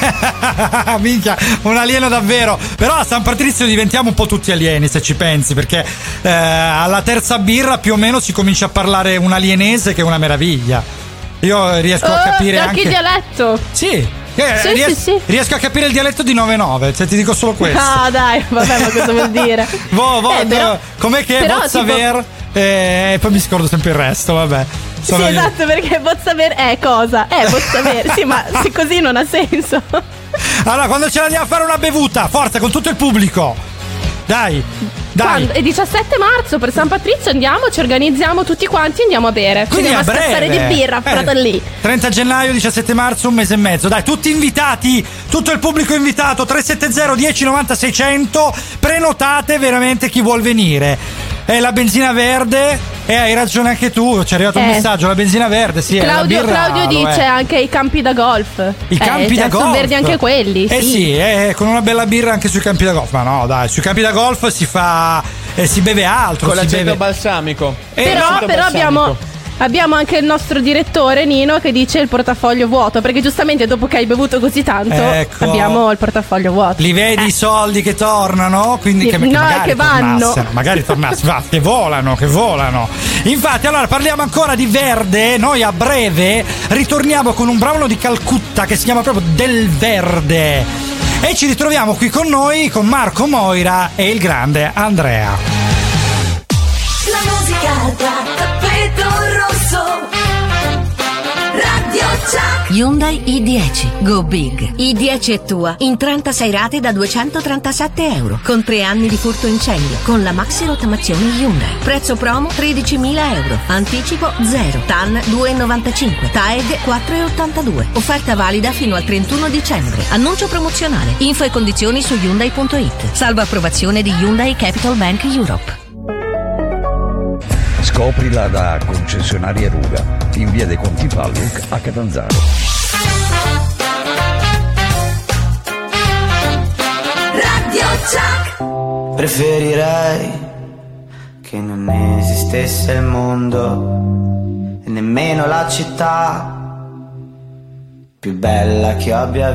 Minchia, un alieno davvero. Però a San Patrizio diventiamo un po' tutti alieni, se ci pensi, perché eh, alla terza birra più o meno si comincia a parlare un alienese che è una meraviglia. Io riesco a Oh, capire da anche. che dialetto? Sì. Eh, Sì, ries- sì, sì. Riesco a capire il dialetto di nove nove, cioè ti dico solo questo. Ah dai, vabbè, ma cosa vuol dire? Vo, vo, Eh, però- com'è che è però, Bozza tipo- Ver? Eh, E poi mi scordo sempre il resto, vabbè. Sono Sì, io. esatto, perché Bozzaver è cosa? È Bozzaver, sì, ma se così non ha senso. Allora, quando ce l'andiamo a fare una bevuta, forza, con tutto il pubblico. Dai, dai. Quando? È diciassette marzo per San Patrizio, andiamo, ci organizziamo tutti quanti e andiamo a bere. Ci Quindi andiamo a a scassare breve. di birra, Eh, fratelli. trenta gennaio, diciassette marzo, un mese e mezzo. Dai, tutti invitati, tutto il pubblico invitato. Tre sette zero uno zero nove sei zero zero. Prenotate veramente chi vuol venire. È la benzina verde. E hai ragione anche tu. Ci è arrivato un Eh. messaggio. La benzina verde, sì. è la Claudio, birra, Claudio lo dice è. anche i campi da golf. I campi eh, da cioè, golf. sono verdi anche quelli. Eh sì. sì, eh, con una bella birra anche sui campi da golf. Ma no, dai, sui campi da golf si fa. Eh, si beve altro. Con si l'aceto beve. balsamico. Eh, Però, l'aceto però balsamico. abbiamo. Abbiamo anche il nostro direttore Nino che dice il portafoglio vuoto, perché giustamente dopo che hai bevuto così tanto Ecco. abbiamo il portafoglio vuoto. Li vedi i soldi che tornano? Quindi Sì, che, no, che magari che vanno. tornassero, magari tornassero, va, che volano, che volano. Infatti, allora parliamo ancora di verde. Noi a breve ritorniamo con un brano di Calcutta che si chiama proprio Del Verde. E ci ritroviamo qui con noi, con Marco Moira e il grande Andrea. La musica da tappeto rosso. Radio Chuck. Hyundai i dieci Go Big. i dieci è tua in trentasei rate da duecentotrentasette euro con tre anni di furto incendio con la maxi rottamazione Hyundai. Prezzo promo tredicimila euro. Anticipo zero. T A N due virgola novantacinque. T A E G quattro virgola ottantadue. Offerta valida fino al trentuno dicembre. Annuncio promozionale. Info e condizioni su Hyundai punto it. Salvo approvazione di Hyundai Capital Bank Europe. Scoprila da concessionaria Ruga in via dei Conti Palluc a Catanzaro. Radio Chuck. Preferirei che non esistesse il mondo e nemmeno la città più bella che io abbia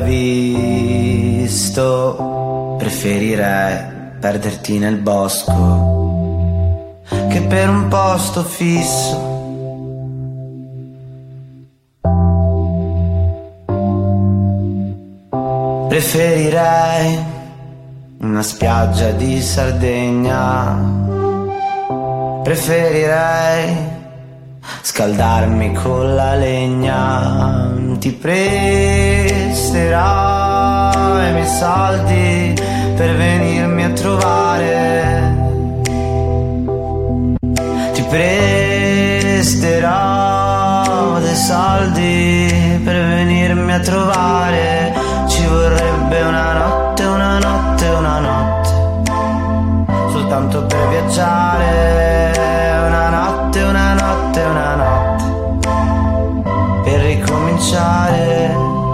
visto. Preferirei perderti nel bosco che per un posto fisso. Preferirei una spiaggia di Sardegna. Preferirei scaldarmi con la legna. Ti presterò i miei soldi per venirmi a trovare. presterò dei soldi per venirmi a trovare. Ci vorrebbe una notte, una notte, una notte, soltanto per viaggiare. Una notte, una notte, una notte, per ricominciare.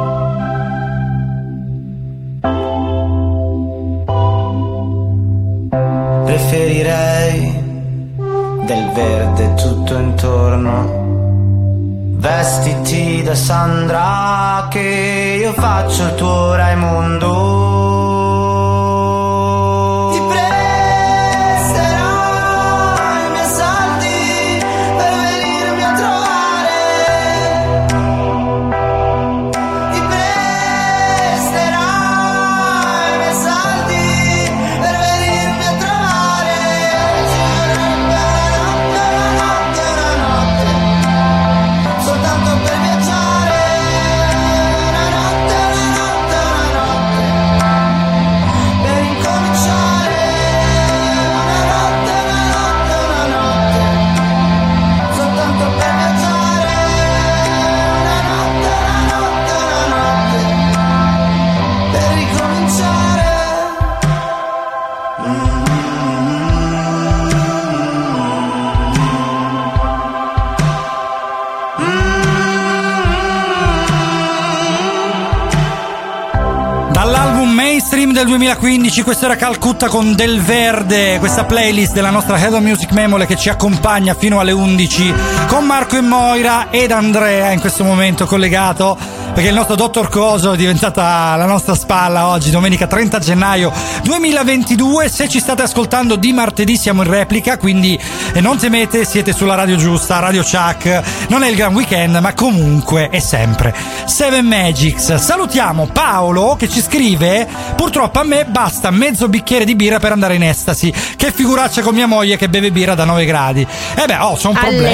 Preferirei del verde tutto intorno, vestiti da Sandra che io faccio il tuo Raimondo. Ti presterò i miei soldi per venirmi a trovare. Ti presterò i miei soldi per venirmi a trovare. Ci vorrebbe una notte, una notte, una notte, soltanto per viaggiare. Una notte, una notte, una notte, per incominciare. Una notte, una notte, una notte, soltanto per viaggiare. Una notte, una notte, una notte, per ricominciare. Dall'album Mainstream del duemilaquindici, questo era Calcutta con Del Verde, questa playlist della nostra Head of Music Memole che ci accompagna fino alle undici con Marco e Moira ed Andrea in questo momento collegato, perché il nostro dottor Coso è diventata la nostra spalla oggi, domenica trenta gennaio duemilaventidue. Se ci state ascoltando di martedì siamo in replica, quindi eh, non temete, siete sulla radio giusta, Radio Chuck. Non è il gran weekend, ma comunque è sempre Seven Magics. Salutiamo Paolo che ci scrive: purtroppo a me basta mezzo bicchiere di birra per andare in estasi. Che figuraccia con mia moglie che beve birra da nove gradi. Eh beh, oh, sono problemi.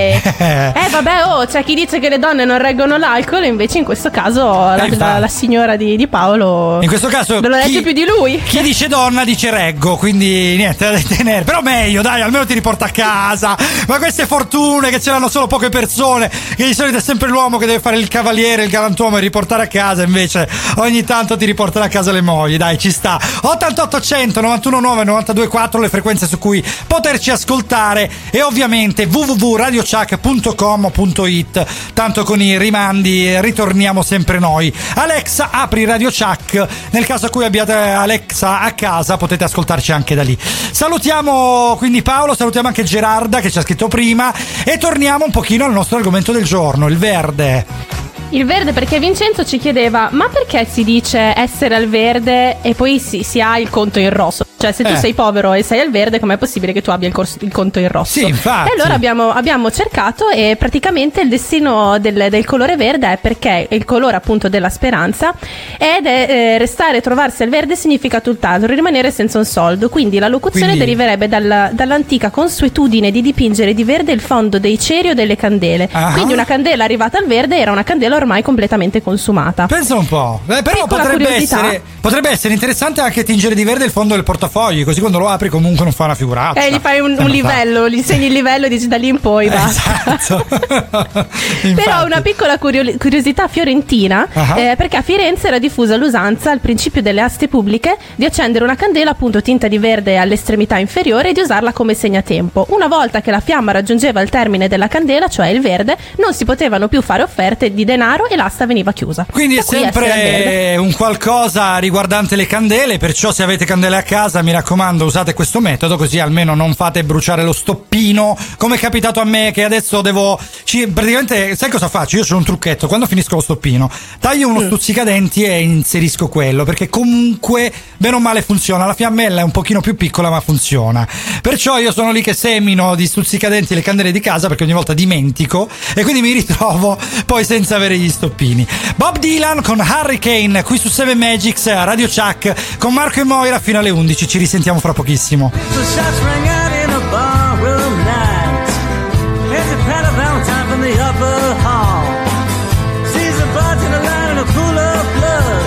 Eh vabbè, oh, c'è chi dice che le donne non reggono l'alcol, invece in questo caso la, Eh, la, la signora di, di Paolo in questo caso non lo legge chi- più di lui. Chi dice donna dice reggo, quindi niente da tenere. Però meglio, dai, almeno ti riporta a casa. Ma queste fortune che ce l'hanno solo poche persone, che di solito è sempre l'uomo che deve fare il cavaliere, il galantuomo e riportare a casa, invece ogni tanto ti riportano a casa le mogli, dai, ci sta. ottantotto cento novantuno nove novantadue quattro le frequenze su cui poterci ascoltare, e ovviamente w w w punto radio chuck punto com punto i t. Tanto con i rimandi ritorniamo sempre noi. Alexa, apri Radio Chuck. Nel caso a cui abbiate Alexa a casa potete ascoltarci anche da lì. Salutiamo quindi Paolo, salutiamo anche Gerarda che ci ha scritto prima e torniamo un pochino al nostro argomento del giorno, il verde. Il verde, perché Vincenzo ci chiedeva: ma perché si dice essere al verde e poi si, si ha il conto in rosso? Cioè, se tu Eh. sei povero e sei al verde, com'è possibile che tu abbia il, corso- il conto in rosso? Sì, infatti. E allora abbiamo, abbiamo cercato, e praticamente il destino del, del colore verde è perché è il colore appunto della speranza, ed è eh, restare e trovarsi al verde significa tutt'altro, rimanere senza un soldo. Quindi la locuzione Quindi- deriverebbe dalla- dall'antica consuetudine di dipingere di verde il fondo dei ceri o delle candele. Ah. Quindi una candela arrivata al verde era una candela ormai completamente consumata. Pensa un po'. Eh, però Piccola potrebbe curiosità. essere, potrebbe essere interessante anche tingere di verde il fondo del portafogli, così quando lo apri comunque non fa una figuraccia. Eh, gli fai un, un Non fa- livello, gli insegni il livello e dici da lì in poi basta. Esatto. Però Infatti. una piccola curio- curiosità fiorentina, Ah. eh, perché a Firenze era diffusa l'usanza al principio delle aste pubbliche di accendere una candela appunto tinta di verde all'estremità inferiore e di usarla come segnatempo. Una volta che la fiamma raggiungeva il termine della candela, cioè il verde, non si potevano più fare offerte di denaro e l'asta veniva chiusa. Quindi è Da qui essere al verde. sempre un qualcosa riguardante le candele, perciò se avete candele a casa mi raccomando usate questo metodo, così almeno non fate bruciare lo stoppino come è capitato a me, che adesso devo ci, praticamente sai cosa faccio? Io ho un trucchetto: quando finisco lo stoppino taglio uno Mm. stuzzicadenti e inserisco quello, perché comunque bene o male funziona, la fiammella è un pochino più piccola ma funziona, perciò io sono lì che semino di stuzzicadenti le candele di casa, perché ogni volta dimentico e quindi mi ritrovo poi senza avere gli stoppini. Bob Dylan con Hurricane qui su Seven Magics, Radio Chuck con Marco e Moira fino alle undici. Ci risentiamo fra pochissimo. The shots rang out in a barroom night. Here's a pat of Valentine from the upper hall. Sees a bartender lying in a pool of blood.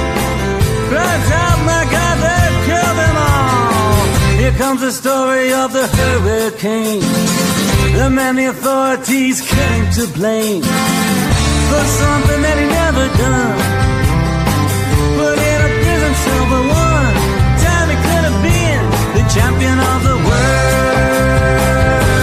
Cries out, my God, they've killed them all. Here comes the story of the hurricane. The man the authorities came to blame for something that he never done. Put in a prison cell for one time, he could have been the champion of the world.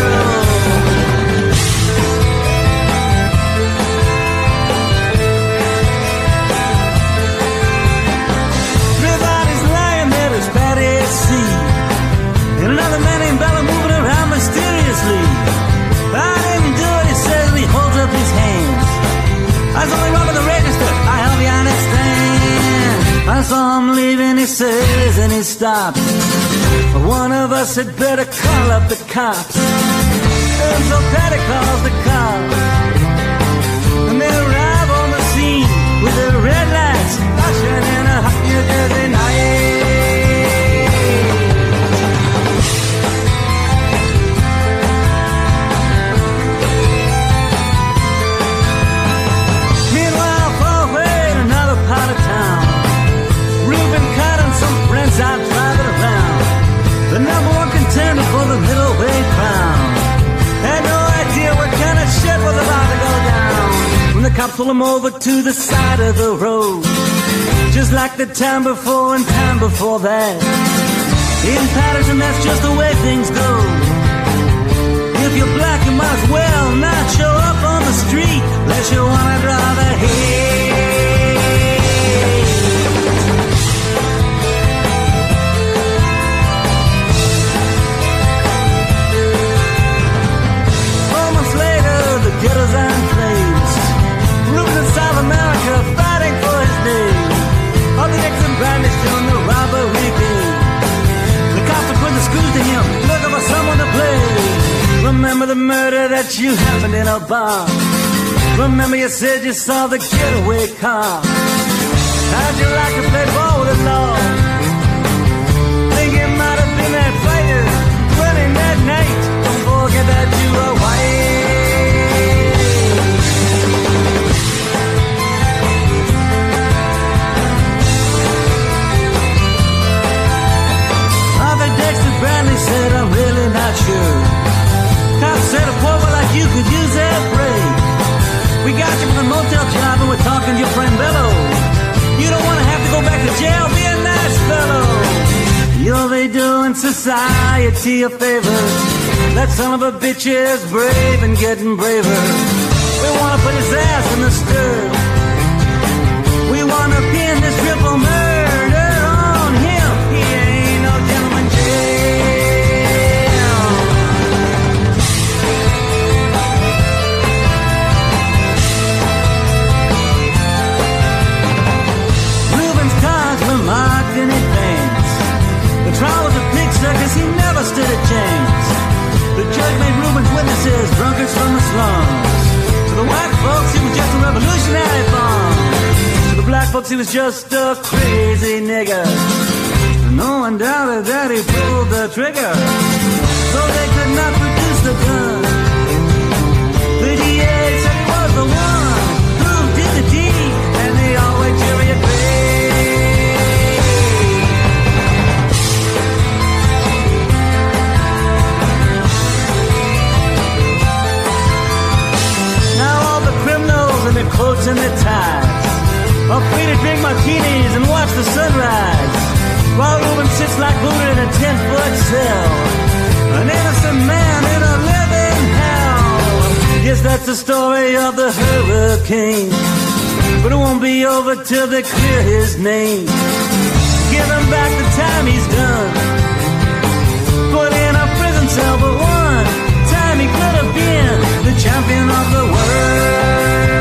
Three bodies lying there as bad as sea, and another man named Bella moving around mysteriously. I didn't do it, he says, and he holds up his hands. I was only robbing the register, I hope you understand. I saw him leaving, he says, and he stops. One of us had better call up the cops. And so Patty calls the cops, and they arrive on the scene with their red lights flashing in a hot New Jersey night. I'm driving around, the number one contender for the middleweight crown. Had no idea what kind of shit was about to go down when the cops pull him over to the side of the road, just like the time before and time before that. In Patterson, that's just the way things go. If you're black, you might as well not show up on the street unless you wanna drive ahead. Ghettos and flames, Rubens in South America fighting for his name. All the Nixon bandits doing the robbery game. The cops are putting the screws to him, looking for someone to play. Remember the murder that you happened in a bar. Remember you said you saw the getaway car. How'd you like to play ball with the law? Think it might have been that fighter running that night. Don't forget that you were white. Bradley said, I'm really not sure. Cops said a poor boy like you could use that break. We got you from the motel job and we're talking to your friend Bello. You don't want to have to go back to jail, be a nice fellow. You'll be doing society a favor. That son of a bitch is brave and getting braver. We want to put his ass in the stir. We want to pin this triple murder on him. He ain't no gentleman jail. Reuben's cars were marked in advance. The trial was a pig circus, he never stood a chance. The judge made Reuben's witnesses drunkards from the slums. To the white folks, he was just a revolutionary bomb. To the black folks, he was just a crazy nigger. No one doubted that he pulled the trigger, so they could not produce the gun. The D A said he was the one who did the deed, and they always jury agreed. Now all the criminals in their coats and their ties are free to drink martinis and watch the sunrise, while Reuben sits like Buddha in a ten-foot cell, an innocent man in a living hell. Yes, that's the story of the hurricane, but it won't be over till they clear his name. Give him back the time he's done. Put in a prison cell for one time, he could have been the champion of the world.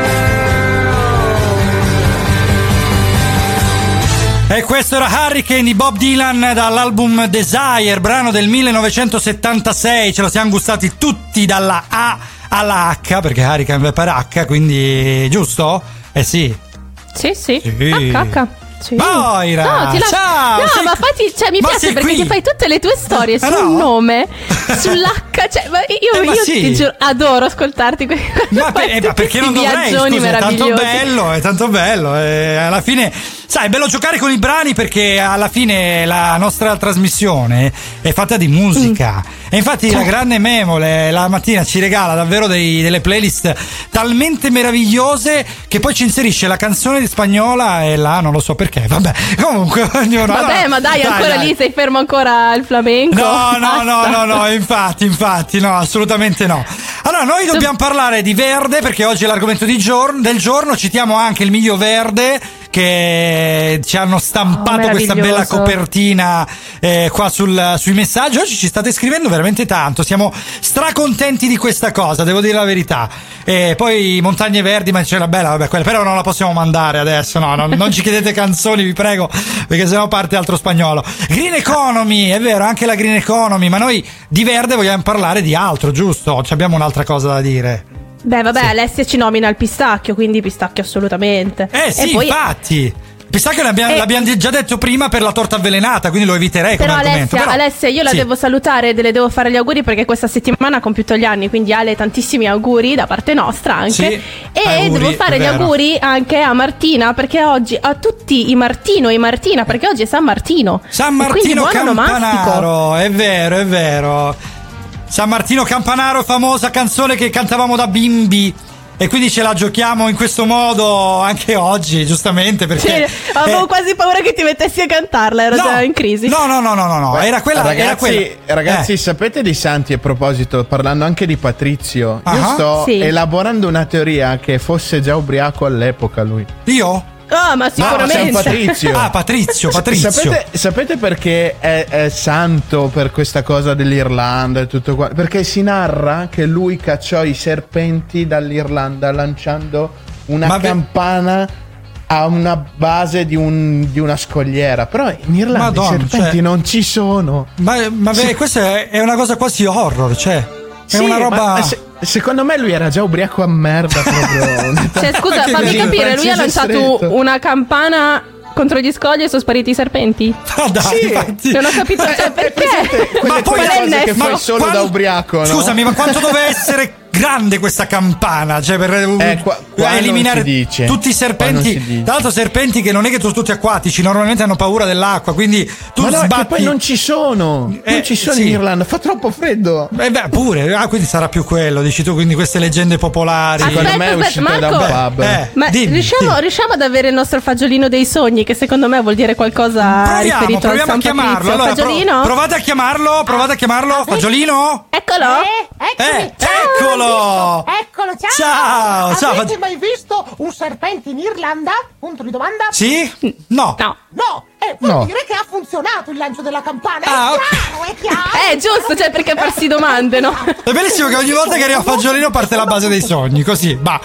E questo era Hurricane di Bob Dylan dall'album Desire, brano del millenovecentosettantasei. Ce lo siamo gustati tutti dalla A alla H, perché Hurricane va per H, quindi giusto? Eh sì. Sì, sì. Sì. H, H. Sì. Moira, no, ti la... ciao! No, sei... ma fatti, cioè, mi ma piace perché qui. ti fai tutte le tue storie sul no. nome, sull'H, cioè, ma io, eh, ma io sì. ti giuro, adoro ascoltarti. Ma, per, ma perché non dovrei? Scusa, è tanto bello, è tanto bello. E alla fine sai, è bello giocare con i brani perché alla fine la nostra trasmissione è fatta di musica. Mm. E infatti la grande Memole la mattina ci regala davvero dei, delle playlist talmente meravigliose che poi ci inserisce la canzone di spagnola e là non lo so perché. Vabbè, comunque ognuno. Vabbè, allora, ma dai, dai ancora dai. lì sei fermo ancora al flamenco. No, no, no, Basta. no, no, infatti, infatti, no, assolutamente no. Allora, noi dobbiamo parlare di verde perché oggi è l'argomento di giorno, del giorno. Citiamo anche il Miglio Verde che ci hanno stampato Oh, questa bella meraviglioso. copertina eh, qua sul, sui messaggi. Oggi ci state scrivendo veramente tanto, siamo stracontenti di questa cosa, devo dire la verità. E poi Montagne Verdi, ma c'è la bella, vabbè, quella, però non la possiamo mandare adesso, no, non, non ci chiedete canzoni, vi prego, perché sennò parte altro spagnolo. Green Economy, è vero, anche la Green Economy, ma noi di verde vogliamo parlare di altro, giusto? Ci abbiamo un'altra cosa da dire. Beh, vabbè, Sì. Alessia ci nomina il pistacchio, quindi pistacchio assolutamente. Eh sì, e poi, infatti. Pistacchio l'abbiamo, Eh. l'abbiamo già detto prima per la torta avvelenata, quindi lo eviterei come Però argomento. Alessia, però, Alessia, io la sì. devo salutare, le devo fare gli auguri perché questa settimana ha compiuto gli anni, quindi Ale, tantissimi auguri da parte nostra anche. Sì, e auguri, devo fare è gli vero. auguri anche a Martina, perché oggi, a tutti i Martino e Martina, perché oggi è San Martino. San E quindi Martino buon onomastico. Campanaro, è vero, è vero. San Martino Campanaro, famosa canzone che cantavamo da bimbi. E quindi ce la giochiamo in questo modo anche oggi, giustamente, perché Sì, avevo eh, quasi paura che ti mettessi a cantarla, ero No, già in crisi. No, no, no, no, no, no. Era quella, ragazzi, era quella. ragazzi Eh. sapete di Santi a proposito, parlando anche di Patrizio, Ah. io sto Sì. elaborando una teoria che fosse già ubriaco all'epoca lui. Io? Ah, ma sicuramente. San Patrizio. Ah, Patrizio, Patrizio. Sapete, sapete perché è, è santo per questa cosa dell'Irlanda e tutto qua? Perché si narra che lui cacciò i serpenti dall'Irlanda lanciando una Ma ve- campana a una base di, un- di una scogliera. Però in Irlanda Madonna, i serpenti cioè- non ci sono. Ma, ma beh, Sì. questa è, è una cosa quasi horror, cioè. È Sì, una ma roba. se- secondo me lui era già ubriaco a merda proprio. Cioè, scusa, Che fammi così, capire, lui ha francese lanciato stretto. una campana contro gli scogli e sono spariti i serpenti? Ah, dai, Sì. infatti. Non ho capito, cioè, perché? Quelle, poi- quelle qual è il cose che nesso? fai solo Quando- da ubriaco, no? Scusami, ma quanto deve essere grande questa campana? Cioè, per Eh, qua- qua eliminare non si dice. tutti i Qua non si serpenti. dice. Tra l'altro, serpenti che non è che sono tutti acquatici, normalmente hanno paura dell'acqua. Quindi tu Ma no, è che sbatti. poi non ci sono. Eh, non ci sono sì. in Irlanda, fa troppo freddo. Eh beh, pure. Ah, quindi sarà più quello, dici tu. Quindi queste leggende popolari. Secondo Aspetta, me è aspetta, uscito da un Marco. pub. Eh, Ma dimmi, riusciamo, dimmi. riusciamo ad avere il nostro fagiolino dei sogni, che secondo me vuol dire qualcosa Proviamo, riferito al proviamo San a chiamarlo. Patrizio. Allora, pro- Fagiolino? provate a chiamarlo, provate a chiamarlo. Fagiolino? Eccolo. Eh, eccolo! Eccolo, ciao! Ciao, ciao, Avete Fag- mai visto un serpente in Irlanda? Punto di domanda? Sì? No. No. No, eh, vuol No. dire che ha funzionato il lancio della campana. Ah, è ok. chiaro, è chiaro. Eh, giusto, cioè perché farsi domande, no? È bellissimo che ogni volta che arriva Fagiolino parte la base dei sogni, così, bah.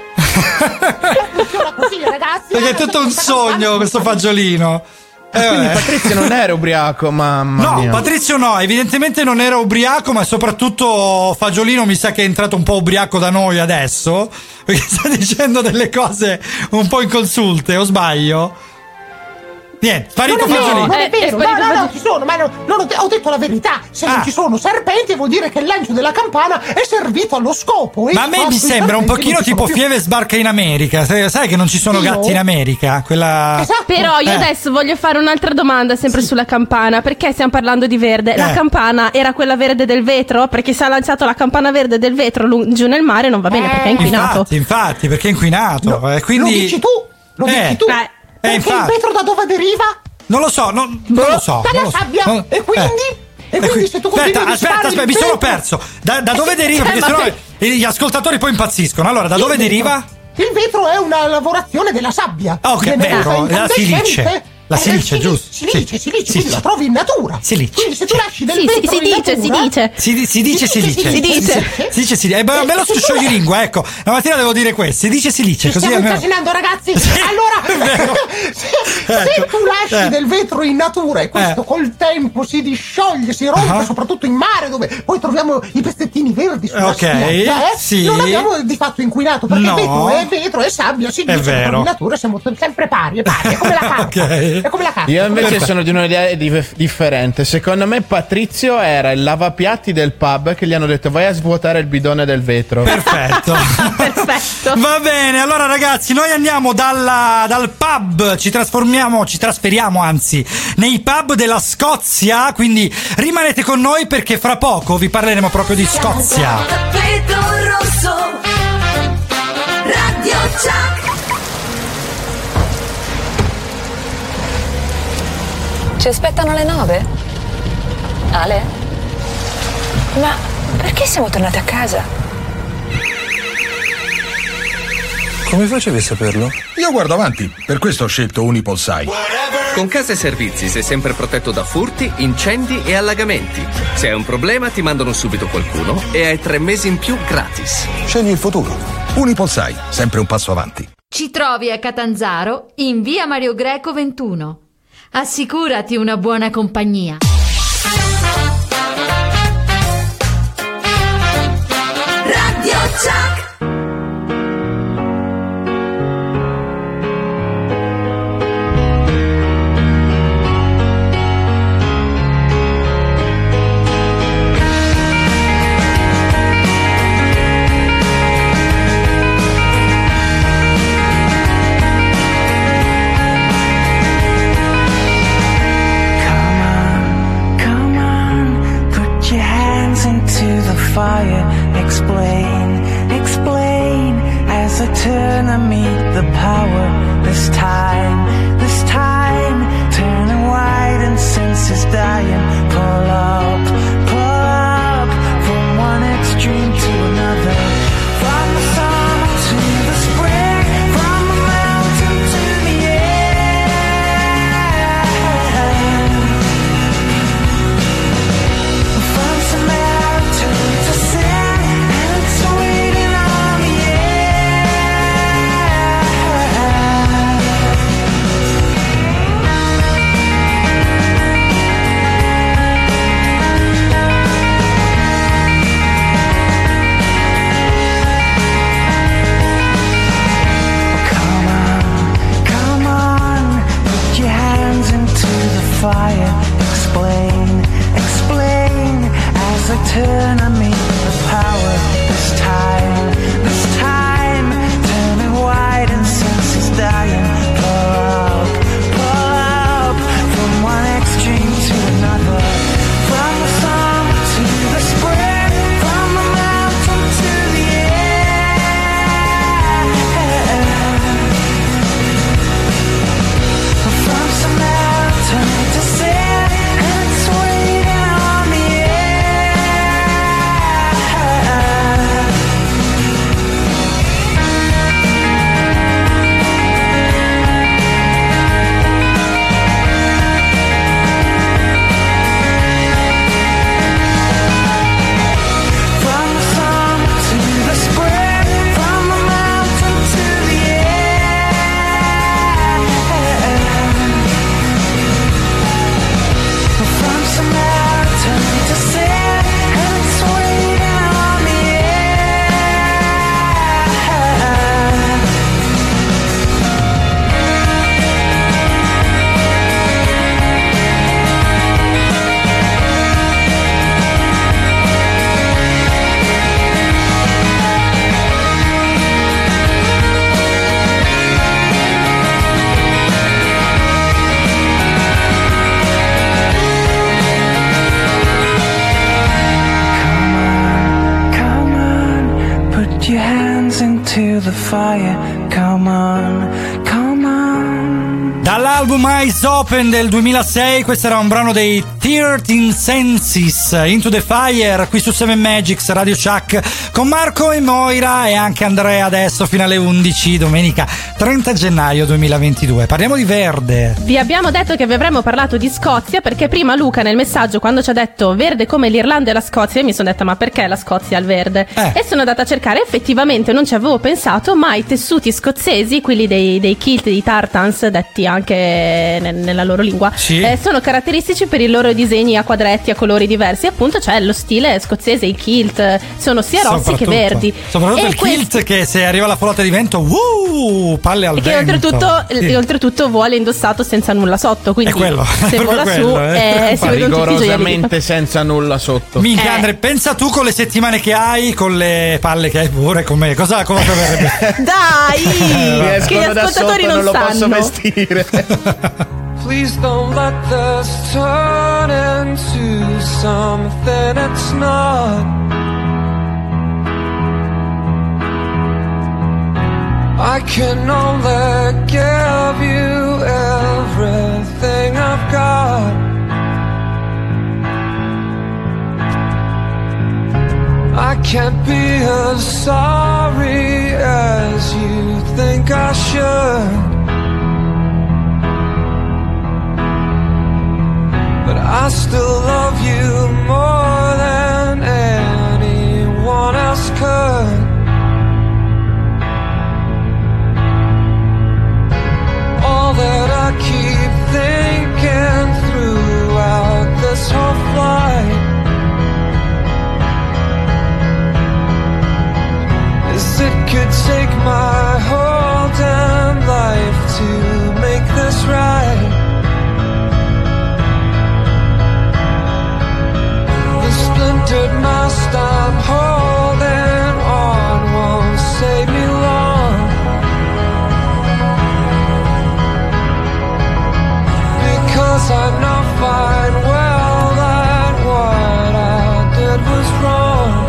Funziona così, ragazzi. Perché è tutto un sogno questo Fagiolino. Eh, Quindi vabbè. Patrizio non era ubriaco, mamma No, mia. Patrizio no, evidentemente non era ubriaco, ma soprattutto Fagiolino mi sa che è entrato un po' ubriaco da noi adesso, perché sta dicendo delle cose un po' inconsulte, o sbaglio? Niente, sparito Non è vero, Fagiolino. non è Eh, è vero, no, sparito no, no, Fagiolino. ci sono, ma no, non ho, ho detto la verità. Se Ah. non ci sono serpenti vuol dire che il lancio della campana è servito allo scopo. e Ma a me mi quando i sembra un serpenti pochino non ci tipo sono più. Fieve sbarca in America. Sai sai che non ci sono Io? gatti in America? Quella. Esatto. Però io Eh. adesso voglio fare un'altra domanda sempre sulla campana, perché stiamo parlando di verde? La Eh. campana era quella verde del vetro? Perché se ha lanciato la campana verde del vetro lu- giù nel mare non va bene, Eh. perché è inquinato. Infatti, infatti, perché è inquinato. No, eh, quindi... Lo dici tu, lo Eh. dici tu. Eh. Eh, Perché il infatti. vetro da dove deriva? Non lo so, non, non lo so. non Dalla lo so. sabbia. Non- E quindi? eh. E quindi qui- se tu continui aspetta, a aspetta, disfare aspetta, il mi sono vetro- perso. Da, da dove Eh, deriva? eh, Perché ma sennò te- gli ascoltatori poi impazziscono. Allora, da Il dove vetro. deriva? Il vetro è una lavorazione della sabbia. Oh, che Viene vero, presa la incandescente. silice. La Eh, silice, sili- giusto? Silice, Sì. silice, Sì, quindi sì. la trovi in natura. Silice. Quindi se tu Sì. lasci del Sì, sì, vetro si in dice, si natura, dice. Si, di- si dice Si silice. dice, si dice. Si dice silice. È be- bello sto scioglilingua, ecco. La mattina devo dire questo. Si dice silice, Ci così stiamo almeno. incasinando, ragazzi. Sì, Allora, è vero. se, se Ecco. tu lasci Eh. del vetro in natura e questo Eh. col tempo si discioglie, si rompe, Ah. soprattutto in mare, dove poi troviamo i pezzettini verdi sulla Ok, spiaggia, eh, sì. non abbiamo di fatto inquinato, perché No. il vetro è vetro, è sabbia, si È dice, vero. in natura siamo sempre pari, e pari, è come la carta. Ok. sì? È come la carta. Io invece Perfetto. sono di un'idea dif- differente. Secondo me Patrizio era il lavapiatti del pub che gli hanno detto vai a svuotare il bidone del vetro. Perfetto. Perfetto. Va bene, allora ragazzi, noi andiamo dalla, dal pub, ci trasformiamo, ci trasferiamo anzi, nei pub della Scozia, quindi rimanete con noi perché fra poco vi parleremo proprio di Scozia. Tappeto rosso. Radio Chuck. Ci aspettano alle nove? Ale? Ma perché siamo tornati a casa? Come facevi a saperlo? Io guardo avanti, per questo ho scelto Unipolsai. Con Casa e Servizi sei sempre protetto da furti, incendi e allagamenti. Se hai un problema ti mandano subito qualcuno e hai tre mesi in più gratis. Scegli il futuro. Unipolsai, sempre un passo avanti. Ci trovi a Catanzaro in via Mario Greco ventuno. Assicurati una buona compagnia. Radio Chuck. Fire, explain, explain as I turn and meet the power. This time, this time, turning white and senses dying. Pull up, pull up from one extreme to another. From the summer to the spring, from the mountain to the air. From Samaritan to sin, and it's waiting on the Come on, come on, put your hands into the fire. Explain, explain as I turn and meet the power. This time, this time, turning white and senses dying. Pull up, pull up from one extreme to another. From the summer to the spring, from the mountain to the air. From Samaritan to sin, and it's waiting on the From the summer to the spring, from the mountain to the air. From Samaritan to sin, and it's waiting on the Come on, put your hands into the fire. Come on, come on. Dall'album Eyes Open del duemilasei, questo era un brano dei thirteen Senses, Into the Fire, qui su Seven Magics, Radio Chuck, con Marco e Moira e anche Andrea adesso fino alle undici, domenica trenta gennaio duemilaventidue. Parliamo di verde. Vi abbiamo detto che vi avremmo parlato di Scozia perché prima Luca nel messaggio quando ci ha detto verde come l'Irlanda e la Scozia, io mi sono detta ma perché la Scozia al verde? Eh. E sono andata a cercare, effettivamente non ci avevo pensato, ma i tessuti scozzesi, quelli dei, dei kilt, dei tartans, detti anche lingue, ne- nella loro lingua, Sì. eh, sono caratteristici per i loro disegni a quadretti, a colori diversi. Appunto c'è lo stile scozzese, i kilt, sono sia rossi che Soprattutto- verdi. Soprattutto E il que- kilt che se arriva la folata di vento, uh, palle al e che vento. oltretutto, Sì. e oltretutto vuole indossato senza nulla sotto, quindi È quello, è se proprio vola su quello, eh. eh, si vedono tutti i gioielli. Rigorosamente senza nulla sotto. Minchia, Eh. Andre, pensa tu con le settimane che hai, con le palle che hai pure, come cosa, cosa verrebbe? Dai, Mi che gli escono da ascoltatori sotto, non non lo posso sanno. vestire. Please don't let this turn into something it's not. I can only give you everything I've got. I can't be as sorry as you think I should. But I still love you more than anyone else could. All that I keep thinking throughout this whole flight is it could take my whole damn life to make this right. The splintered mast I'm holding on won't save me long, because I know fine well that what I did was wrong.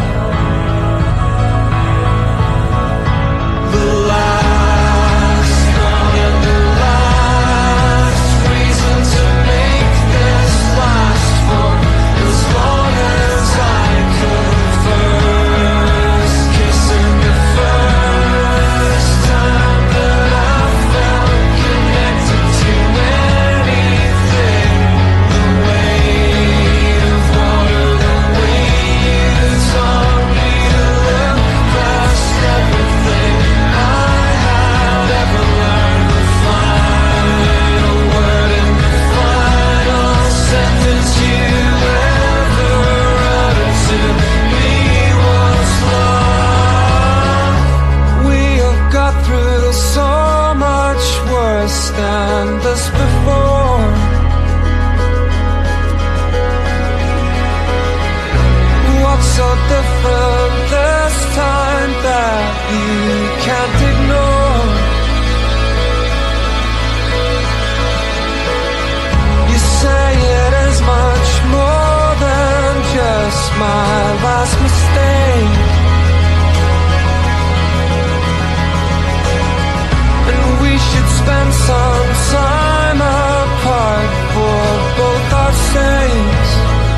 The last and the last reason to make this last for as long as I could. First kissing the first time that I felt connected to anything. The weight of water, the way you taught me to look past everything I had ever learned. The final word and the final sentence you ever uttered to me was love. We have got through so much worse than this before. What's so different this time that you can't ignore? You say it is much more than just my last mistake, and we should spend some time apart for both our sakes.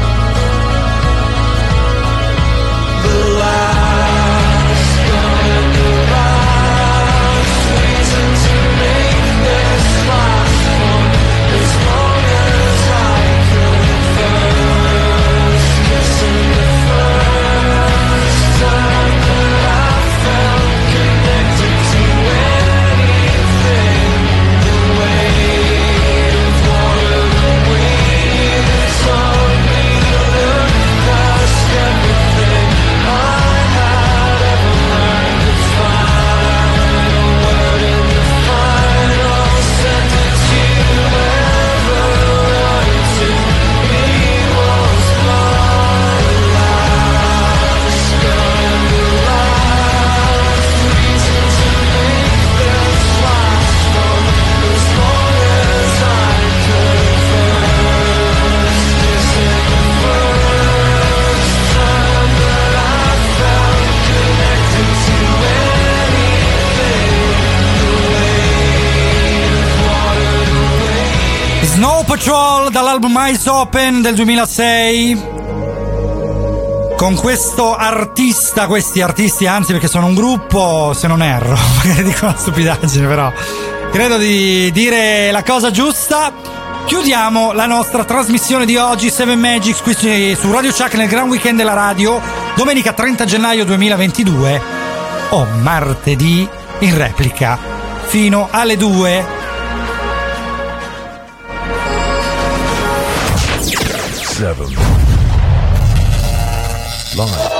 The last and the last reason to make this last for as long as I could. First kissing the first time that I felt connected to anything. The weight of water, the way you taught me to look past everything I had ever learned. The final word and the final sentence you ever uttered to me was love. The last and the last reason to make this last for as long as I could. First kissing the first time that I felt connected to anything. The weight of water, the way. Snow Patrol dall'album Eyes Open del duemilasei. Con questo artista, questi artisti, anzi, perché sono un gruppo, se non erro, magari dico una stupidaggine, però credo di dire la cosa giusta. Chiudiamo la nostra trasmissione di oggi, Seven Magics, qui su Radio Chuck nel Gran Weekend della radio, domenica trenta gennaio duemilaventidue o martedì in replica fino alle due. seven. Live.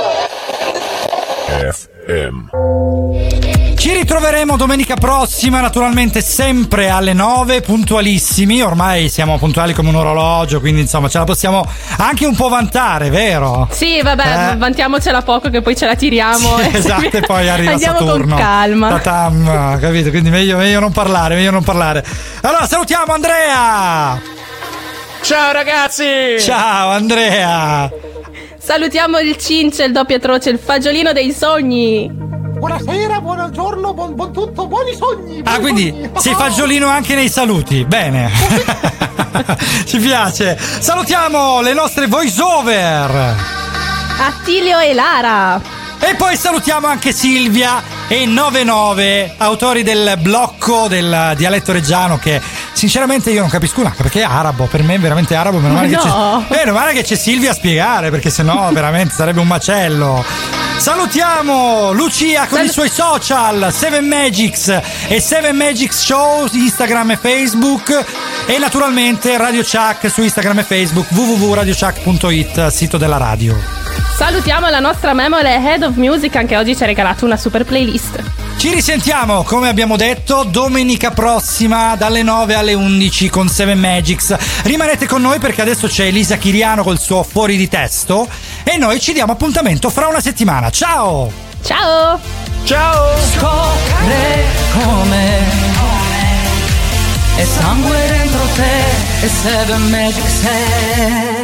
F M. Ci ritroveremo domenica prossima, naturalmente sempre alle nove, puntualissimi. Ormai siamo puntuali come un orologio, quindi insomma ce la possiamo anche un po' vantare, vero? Sì, vabbè, Eh? vantiamocela poco che poi ce la tiriamo. Sì, e esatto, e poi arriva andiamo Saturno. con calma. Tatam, capito? Quindi meglio, meglio non parlare, meglio non parlare. Allora salutiamo Andrea! Ciao ragazzi! Ciao Andrea! Salutiamo il Cince, il doppio atroce, il fagiolino dei sogni. Buonasera, buongiorno, buon, buon tutto, buoni sogni. Ah, buoni quindi sogni. sei fagiolino anche nei saluti. Bene. Ci piace. Salutiamo le nostre voice over. Attilio e Lara. E poi salutiamo anche Silvia e novantanove, autori del blocco del dialetto reggiano, che sinceramente io non capisco una, perché è arabo, per me è veramente arabo, meno male, Ma che no. c'è, eh, meno male che c'è Silvia a spiegare, perché sennò veramente sarebbe un macello. Salutiamo Lucia con Sal- i suoi social, Seven Magics e Seven Magics Show, Instagram e Facebook, e naturalmente Radio Chuck su Instagram e Facebook, w w w punto radio chuck punto i t, sito della radio. Salutiamo la nostra memole Head of Music, anche oggi ci ha regalato una super playlist. Ci risentiamo, come abbiamo detto, domenica prossima dalle nove alle undici con Seven Magics. Rimanete con noi perché adesso c'è Elisa Chiriano col suo Fuori di Testo e noi ci diamo appuntamento fra una settimana. Ciao! Ciao! Ciao! Scopre come è sangue dentro te e Seven Magics è